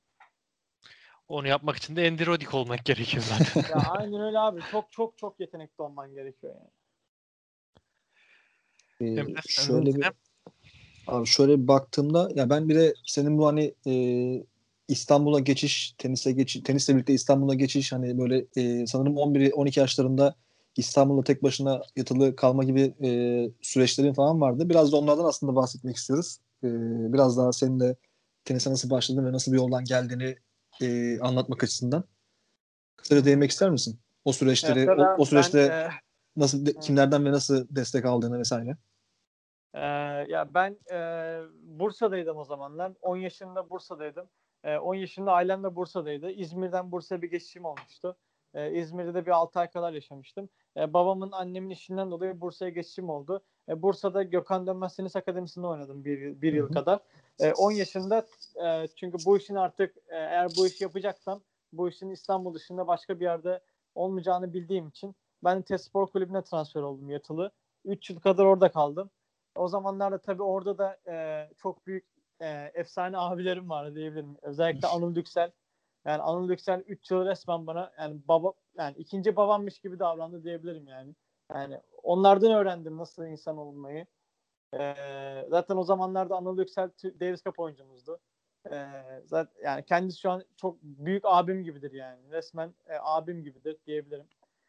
Onu yapmak için de Andy Roddick olmak gerekiyor zaten. Ya aynen öyle abi. Çok çok çok yetenekli olman gerekiyor yani. Ee, Emre senden şöyle bir dinleyelim. Abi şöyle bir baktığımda ya ben bir de senin bu hani e, İstanbul'a geçiş, tenise geçiş, tenisle birlikte İstanbul'a geçiş hani böyle e, sanırım on bir on iki yaşlarında İstanbul'da tek başına yatılı kalma gibi e, süreçlerin falan vardı. Biraz da onlardan aslında bahsetmek istiyoruz. E, biraz daha senin de tenise nasıl başladın ve nasıl bir yoldan geldiğini e, anlatmak açısından. Hı Kısaca hı. değinmek ister misin? O Evet, süreçleri, o, o tabii ben süreçte e, nasıl de- kimlerden ve nasıl destek aldığını vesaire. Ee, ya ben e, Bursa'daydım o zamanlar. on yaşında Bursa'daydım. E, on yaşında ailem de Bursa'daydı. İzmir'den Bursa'ya bir geçişim olmuştu. E, İzmir'de de bir altı ay kadar yaşamıştım. E, babamın annemin işinden dolayı Bursa'ya geçişim oldu. E, Bursa'da Gökhan Dönmez Tenis Akademisi'nde oynadım bir, bir Hı yıl hı. kadar. E, on yaşında e, çünkü bu işin artık e, eğer bu işi yapacaksam bu işin İstanbul dışında başka bir yerde olmayacağını bildiğim için ben Test Spor Kulübü'ne transfer oldum yatılı. üç yıl kadar orada kaldım. O zamanlarda tabii orada da e, çok büyük e, efsane abilerim vardı diyebilirim. Özellikle Anıl Yüksel. Yani Anıl Yüksel üç yıl resmen bana yani baba yani ikinci babammış gibi davrandı diyebilirim yani. Yani onlardan öğrendim nasıl insan olmayı. Ee, zaten o zamanlarda Anıl Yüksel Davis Cup oyuncumuzdu. Ee, zaten yani kendisi şu an çok büyük abim gibidir yani. Resmen e, abim gibidir diyebilirim.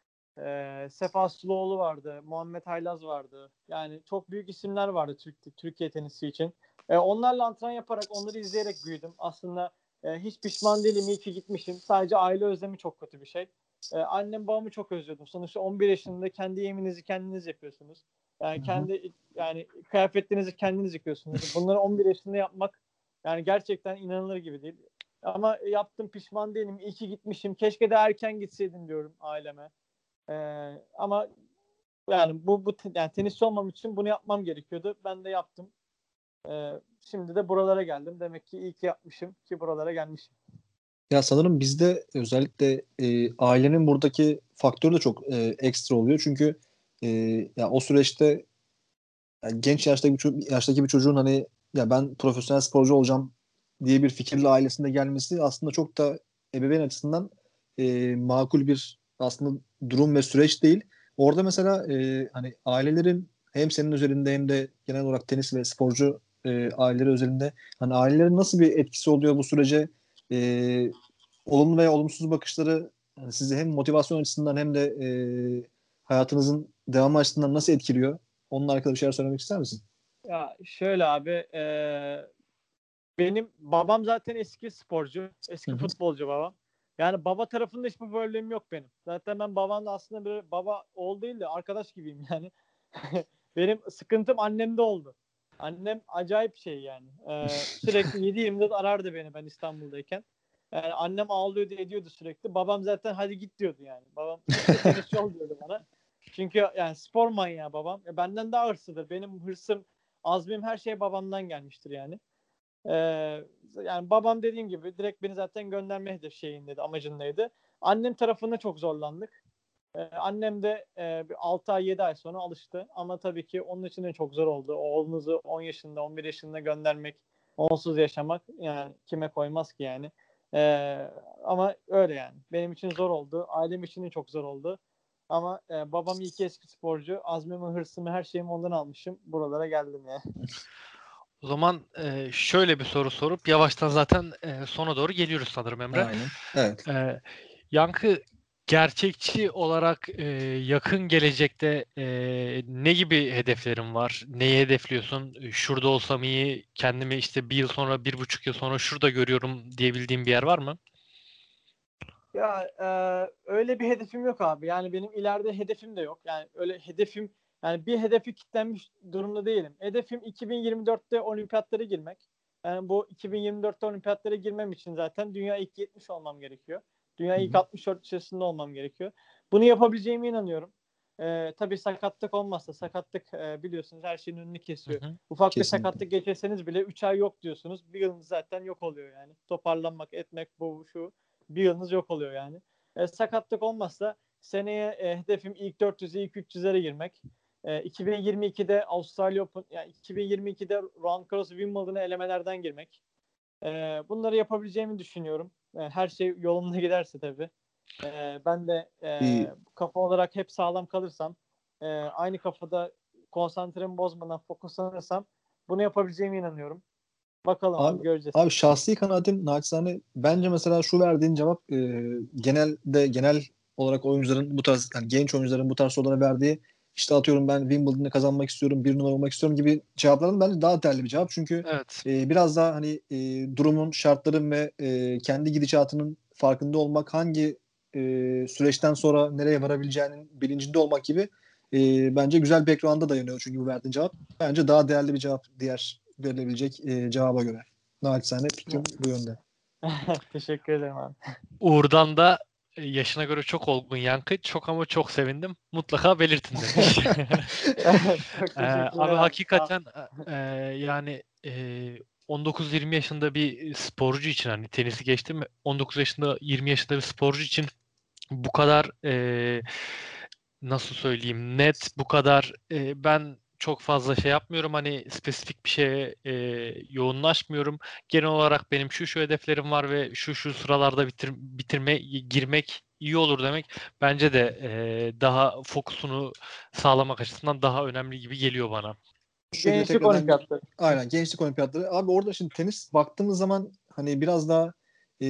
Ee, Sefa Suluoğlu vardı, Muhammed Haylaz vardı. Yani çok büyük isimler vardı Türk, Türkiye tenisi için. Ee, onlarla antrenman yaparak, onları izleyerek büyüdüm. Aslında e, hiç pişman değilim, iyi ki gitmişim. Sadece aile özlemi çok kötü bir şey. Ee, annem babamı çok özlüyordum. Sonuçta on bir yaşında kendi yeminizi kendiniz yapıyorsunuz. Yani Hı hı. kendi yani kıyafetlerinizi kendiniz yıkıyorsunuz. Bunları on bir yaşında yapmak yani gerçekten inanılır gibi değil. Ama yaptım, pişman değilim. İyi ki gitmişim. Keşke de erken gitseydim diyorum aileme. Ee, ama yani bu bu yani tenisçi olmam için bunu yapmam gerekiyordu. Ben de yaptım. Ee, şimdi de buralara geldim. Demek ki iyi ki yapmışım ki buralara gelmişim. Ya sanırım bizde özellikle e, ailenin buradaki faktörü de çok e, ekstra oluyor. Çünkü e, ya o süreçte yani genç yaştaki bir, ço- yaştaki bir çocuğun hani ya ben profesyonel sporcu olacağım diye bir fikirle ailesinde gelmesi aslında çok da ebeveyn açısından e, makul bir aslında durum ve süreç değil. Orada mesela e, hani ailelerin hem senin üzerinde hem de genel olarak tenis ve sporcu e, aileleri üzerinde hani ailelerin nasıl bir etkisi oluyor bu sürece? E, olumlu veya olumsuz bakışları yani sizi hem motivasyon açısından hem de e, hayatınızın devamı açısından nasıl etkiliyor? Onunla alakalı bir şeyler söylemek ister misin? Ya şöyle abi e, benim babam zaten eski sporcu. Hı Eski hı. futbolcu babam. Yani baba tarafında hiçbir problemim yok benim. Zaten ben babamla aslında bir baba oğul değil de arkadaş gibiyim yani. Benim sıkıntım annemde oldu. Annem acayip şey yani. Ee, sürekli yedi yirmi dört arardı beni ben İstanbul'dayken. Yani annem ağlıyordu ediyordu sürekli. Babam zaten hadi git diyordu yani. Babam git de tenisçi ol diyordu bana. Çünkü yani spor manyağı babam. E, benden daha hırslıdır. Benim hırsım, azmim her şey babamdan gelmiştir yani. Ee, yani babam dediğim gibi direkt beni zaten gönderme hedef şeyindeydi, amacındaydı. Annem tarafında çok zorlandık. Ee, annem de e, bir altı ay yedi ay sonra alıştı. Ama tabii ki onun için de çok zor oldu. Oğlunuzu on yaşında on bir yaşında göndermek, onsuz yaşamak yani kime koymaz ki yani. Ee, ama öyle yani. Benim için zor oldu. Ailem için de çok zor oldu. Ama e, babam iyi ki eski sporcu. Azmimi, hırsımı, her şeyimi ondan almışım. Buralara geldim ya. O zaman e, şöyle bir soru sorup yavaştan zaten e, sona doğru geliyoruz sanırım Emre. Aynen. Evet. E, Yankı, gerçekçi olarak e, yakın gelecekte e, ne gibi hedeflerin var? Neyi hedefliyorsun? Şurada olsam iyi, kendimi işte bir yıl sonra, bir buçuk yıl sonra şurada görüyorum diyebildiğin bir yer var mı? Ya e, öyle bir hedefim yok abi. Yani benim ileride hedefim de yok. Yani öyle hedefim yani bir hedefi kilitlenmiş durumda değilim. Hedefim iki bin yirmi dörtte olimpiyatlara girmek. Yani bu iki bin yirmi dörtte olimpiyatlara girmem için zaten dünya ilk yetmiş olmam gerekiyor. Dünya Hı ilk hı. altmış dört içerisinde olmam gerekiyor. Bunu yapabileceğime inanıyorum. E, tabii sakatlık olmazsa sakatlık e, biliyorsunuz her şeyin önünü Hı kesiyor. hı. Ufak bir Kesinlikle. sakatlık geçirseniz bile üç ay yok diyorsunuz. Bir yılınız zaten yok oluyor yani. Toparlanmak, etmek, bu şu bir yılınız yok oluyor yani. E, sakatlık olmazsa seneye e, hedefim ilk dört yüze, ilk üç yüzlere girmek. E, iki bin yirmi ikide Avustralya Open, yani iki bin yirmi ikide Roland Garros Wimbledon'a elemelerden girmek. E, bunları yapabileceğimi düşünüyorum. E, her şey yolunda giderse tabii. E, ben de e, Bir, kafa olarak hep sağlam kalırsam, e, aynı kafada konsantremi bozmadan fokuslanırsam bunu yapabileceğime inanıyorum. Bakalım abi, abi göreceğiz. abi şahsi kanaatim naçizane bence mesela şu verdiğin cevap e, genelde genel olarak oyuncuların bu tarz yani genç oyuncuların bu tarz sorulara verdiği işte atıyorum ben Wimbledon'ı kazanmak istiyorum, bir numara olmak istiyorum gibi cevapların bence daha değerli bir cevap. Çünkü Evet. e, biraz daha hani e, durumun, şartların ve e, kendi gidişatının farkında olmak, hangi e, süreçten sonra nereye varabileceğinin bilincinde olmak gibi e, bence güzel bir background'a dayanıyor çünkü bu verdiğin cevap. Bence daha değerli bir cevap diğer verilebilecek e, cevaba göre. Naçizane fikrim bu yönde. Teşekkür ederim abi. Uğur'dan da e, yaşına göre çok olgun Yankı. Çok ama çok sevindim. Mutlaka belirtin demiş. Çok Ee, teşekkürler abi abi. hakikaten e, yani e, on dokuz yirmi yaşında bir sporcu için, hani tenisi geçtim, on dokuz yaşında yirmi yaşında bir sporcu için bu kadar e, nasıl söyleyeyim, net, bu kadar e, ben çok fazla şey yapmıyorum, hani spesifik bir şeye e, yoğunlaşmıyorum. Genel olarak benim şu şu hedeflerim var ve şu şu sıralarda bitir, bitirme girmek iyi olur demek bence de e, daha fokusunu sağlamak açısından daha önemli gibi geliyor bana. Şu şekilde Gençlik tekrardan olimpiyatları. aynen gençlik olimpiyatları. Abi orada şimdi tenis baktığımız zaman hani biraz daha e,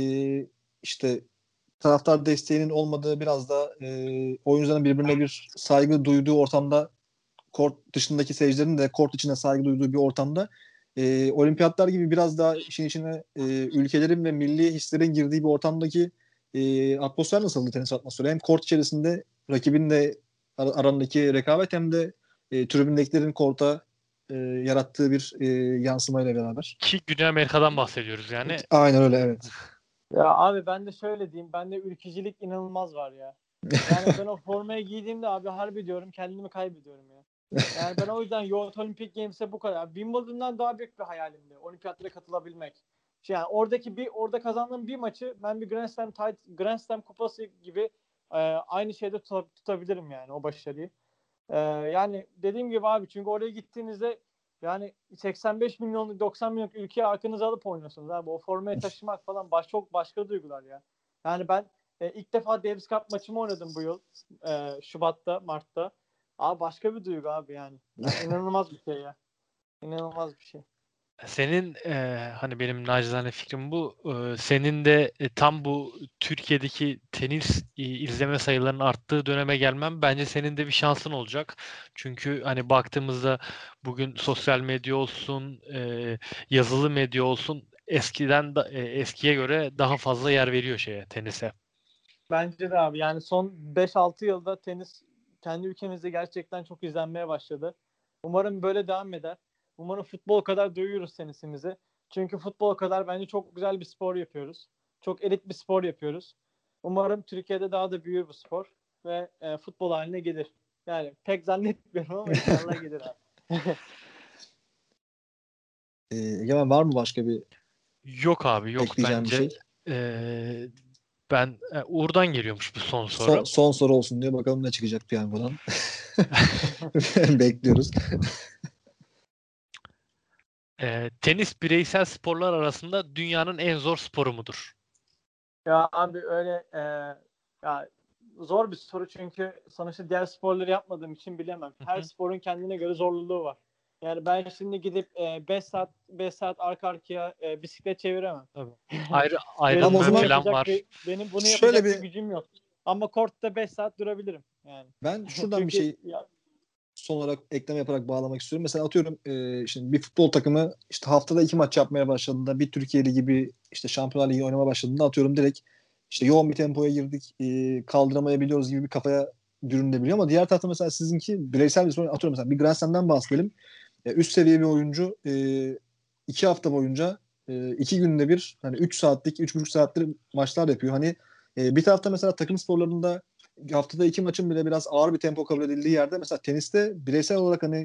işte taraftar desteğinin olmadığı, biraz da e, oyuncuların birbirine bir saygı duyduğu ortamda, kort dışındaki seyircilerin de kort içine saygı duyduğu bir ortamda e, olimpiyatlar gibi biraz daha işin içine e, ülkelerin ve milli hislerin girdiği bir ortamdaki e, atmosfer nasıldı, tenis atmosferi? Hem kort içerisinde rakibin de ar- arandaki rekabet, hem de e, tribündekilerin korta e, yarattığı bir e, yansımayla beraber. Ki Güney Amerika'dan bahsediyoruz yani. Aynen öyle, evet. Ya abi ben de şöyle diyeyim. Bende ülkücülük inanılmaz var ya. Yani ben o formayı giydiğimde abi harbi diyorum kendimi kaybediyorum ya. Yani ben o yüzden Youth Olympic Games'e bu kadar. Wimbledon'dan daha büyük bir hayalimdi. Olimpiyatlara katılabilmek. Şey yani oradaki bir orada kazandığım bir maçı ben bir Grand Slam title, Grand Slam kupası gibi e, aynı şeyde tuta- tutabilirim yani o başarıyı. E, yani dediğim gibi abi çünkü oraya gittiğinizde yani seksen beş milyonluk doksan milyonluk ülkeyi arkanıza alıp oynuyorsunuz abi. O formayı taşımak falan baş, çok başka duygular ya. Yani ben e, ilk defa Davis Cup maçımı oynadım bu yıl. E, Şubat'ta, Mart'ta. Abi başka bir duygu abi yani. Yani inanılmaz bir şey ya. İnanılmaz bir şey. Senin e, hani benim nacizane fikrim bu. E, senin de e, tam bu Türkiye'deki tenis e, izleme sayılarının arttığı döneme gelmem bence senin de bir şansın olacak. Çünkü hani baktığımızda bugün sosyal medya olsun, e, yazılı medya olsun, eskiden da, e, eskiye göre daha fazla yer veriyor şeye, tenise. Bence de abi yani son beş altı yılda tenis kendi ülkemizde gerçekten çok izlenmeye başladı. Umarım böyle devam eder. Umarım futbol kadar duyuyoruz tenisimizi. Çünkü futbol kadar bence çok güzel bir spor yapıyoruz. Çok elit bir spor yapıyoruz. Umarım Türkiye'de daha da büyür bu spor ve e, futbol haline gelir. Yani pek zannetmiyorum ama inşallah gelir abi. E, Egemen, var mı başka bir Yok abi, yok ekleyeceğim bir bence. şey? E, ben e, Uğur'dan geliyormuş bu son Son, soru. son soru olsun diye, bakalım ne çıkacak piyangodan. Bekliyoruz. E, tenis bireysel sporlar arasında dünyanın en zor sporu mudur? Ya abi öyle e, ya zor bir soru çünkü sonuçta diğer sporları yapmadığım için bilemem. Hı Her hı. sporun kendine göre zorluluğu var. Yani ben şimdi gidip beş saat beş saat arka arkaya e, bisiklet çeviremem. Tabii. Ayrı, Benim Tamam, o ayrılma bunu zaman falan yapacak var. bir benim bunu şöyle yapacak bir bir gücüm yok. Ama kortta beş saat durabilirim yani. ben şuradan bir Çünkü şey ya, son olarak ekleme yaparak bağlamak istiyorum. Mesela atıyorum, e, şimdi bir futbol takımı işte haftada iki maç yapmaya başladığında, bir Türkiye Ligi gibi işte Şampiyonlar Ligi oynamaya başladığında, atıyorum direkt işte yoğun bir tempoya girdik, e, kaldıramayabiliyoruz gibi bir kafaya bürünebiliyor. Ama diğer tarafta mesela sizinki bireysel bir sorun. Atıyorum mesela bir Grand Slam'den bahsedelim. E, üst seviye bir oyuncu e, iki hafta boyunca e, iki günde bir, hani üç saatlik, üç buçuk saatlik maçlar yapıyor. Hani e, bir tarafta mesela takım sporlarında haftada iki maçın bile biraz ağır bir tempo kabul edildiği yerde, mesela teniste bireysel olarak hani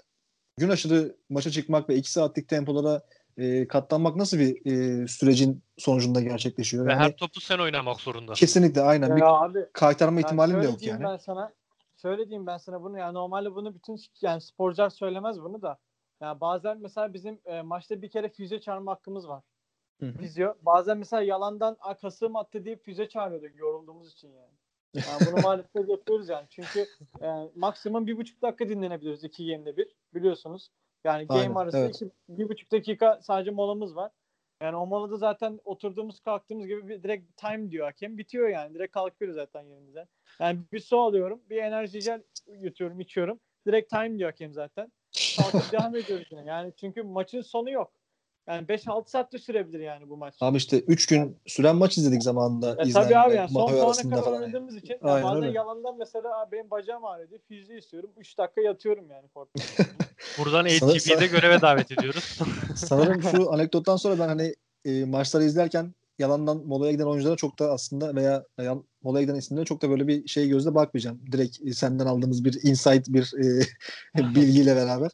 gün aşırı maça çıkmak ve iki saatlik tempolara e, katlanmak nasıl bir e, sürecin sonucunda gerçekleşiyor? Ve her Yani topu sen oynamak zorundasın. kesinlikle aynen, bir ya abi kaytarma yani ihtimalin de şöyle yok diyeyim yani. ben sana şöyle diyeyim ben sana bunu yani normalde bunu bütün yani sporcular söylemez bunu da. Ya bazen mesela bizim e, maçta bir kere füze çağırma hakkımız var. Hı hı. Fizyo. Bazen mesela yalandan kasığım attı deyip füze çağırıyorduk yorulduğumuz için yani. Yani bunu maalesef yapıyoruz yani. Çünkü e, maksimum bir buçuk dakika dinlenebiliyoruz iki game'de bir. Biliyorsunuz. Yani game Aynen, arası evet. iki, bir buçuk dakika sadece molamız var. Yani o molada zaten oturduğumuz kalktığımız gibi bir, direkt time diyor hakem. Bitiyor yani. Direkt kalkıyoruz zaten yerimizden. Yani bir su alıyorum. Bir enerji gel yutuyorum, içiyorum. Direkt time diyor hakem zaten. Kalkıp devam ediyoruz yine. Yani çünkü maçın sonu yok. Yani beş altı saat de sürebilir yani bu maç. Abi işte üç Yani, gün süren maç izledik zamanında, e, tabii abi İzlen'le yani son Mahoy puana arasında kadar falan yani. oynadığımız için yani Aynen bazen öyle. yalandan mesela abi benim bacağım ağrıyor. Füze istiyorum. üç dakika yatıyorum yani korkta. Buradan Sana, sa- A T P'de göreve davet ediyoruz. sanırım şu anekdottan sonra ben hani e, maçları izlerken yalandan molaya giden oyunculara çok da aslında veya yalan, molaya giden isimlere çok da böyle bir şey gözle bakmayacağım. Direkt e, senden aldığımız bir insight, bir e, bilgiyle beraber.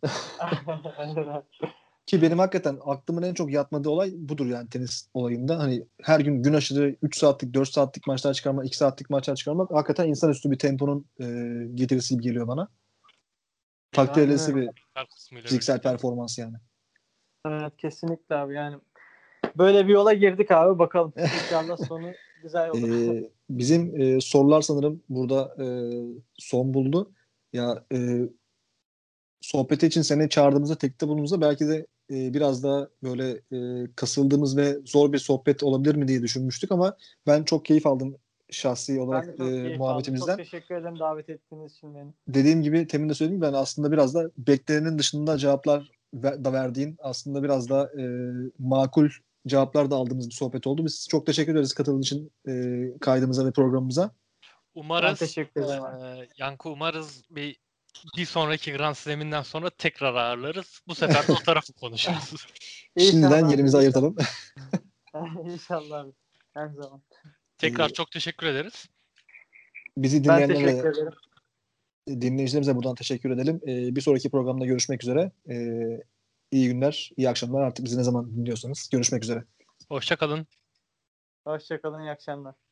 Ki benim hakikaten aklımın en çok yatmadığı olay budur yani tenis olayında. Hani her gün gün aşırı üç saatlik, dört saatlik maçlar çıkarmak, iki saatlik maçlar çıkarmak hakikaten insanüstü bir temponun e, getirisi gibi geliyor bana. Takdir Aynen edilesi öyle. bir Her kısmıyla fiziksel birlikte. performans yani. Evet, kesinlikle abi yani. Böyle bir yola girdik abi, bakalım. İnşallah sonu güzel olur. Ee, bizim e, sorular sanırım burada e, son buldu. Ya e, sohbeti için seni çağırdığımızda, teklifte bulunduğumuzda belki de e, biraz daha böyle e, kasıldığımız ve zor bir sohbet olabilir mi diye düşünmüştük ama ben çok keyif aldım şahsi Ben de olarak çok e, keyif aldım. Çok muhabbetimizden. teşekkür ederim davet ettiğiniz için beni. Dediğim gibi, temin de söylediğim gibi ben aslında biraz da beklenenin dışında cevaplar ver- da verdiğin, aslında biraz da e, makul cevaplar da aldığımız bir sohbet oldu. Biz çok teşekkür ederiz katıldığın için e, kaydımıza ve programımıza. Ben Umarız teşekkür ederim. eee Yankı umarız bir bir sonraki Grand Slam'inden sonra tekrar ağırlarız. Bu sefer de o tarafı konuşuruz. Şimdiden İnşallah, yerimizi ayırtalım. İnşallah abi. Her zaman. Tekrar E, çok teşekkür ederiz. bizi Ben dinleyenlere teşekkür de, ederim. dinleyicilerimize buradan teşekkür edelim. E, bir sonraki programda görüşmek üzere. E, iyi günler, iyi akşamlar. Artık bizi ne zaman dinliyorsanız. Görüşmek üzere. Hoşça kalın. Hoşçakalın. İyi akşamlar.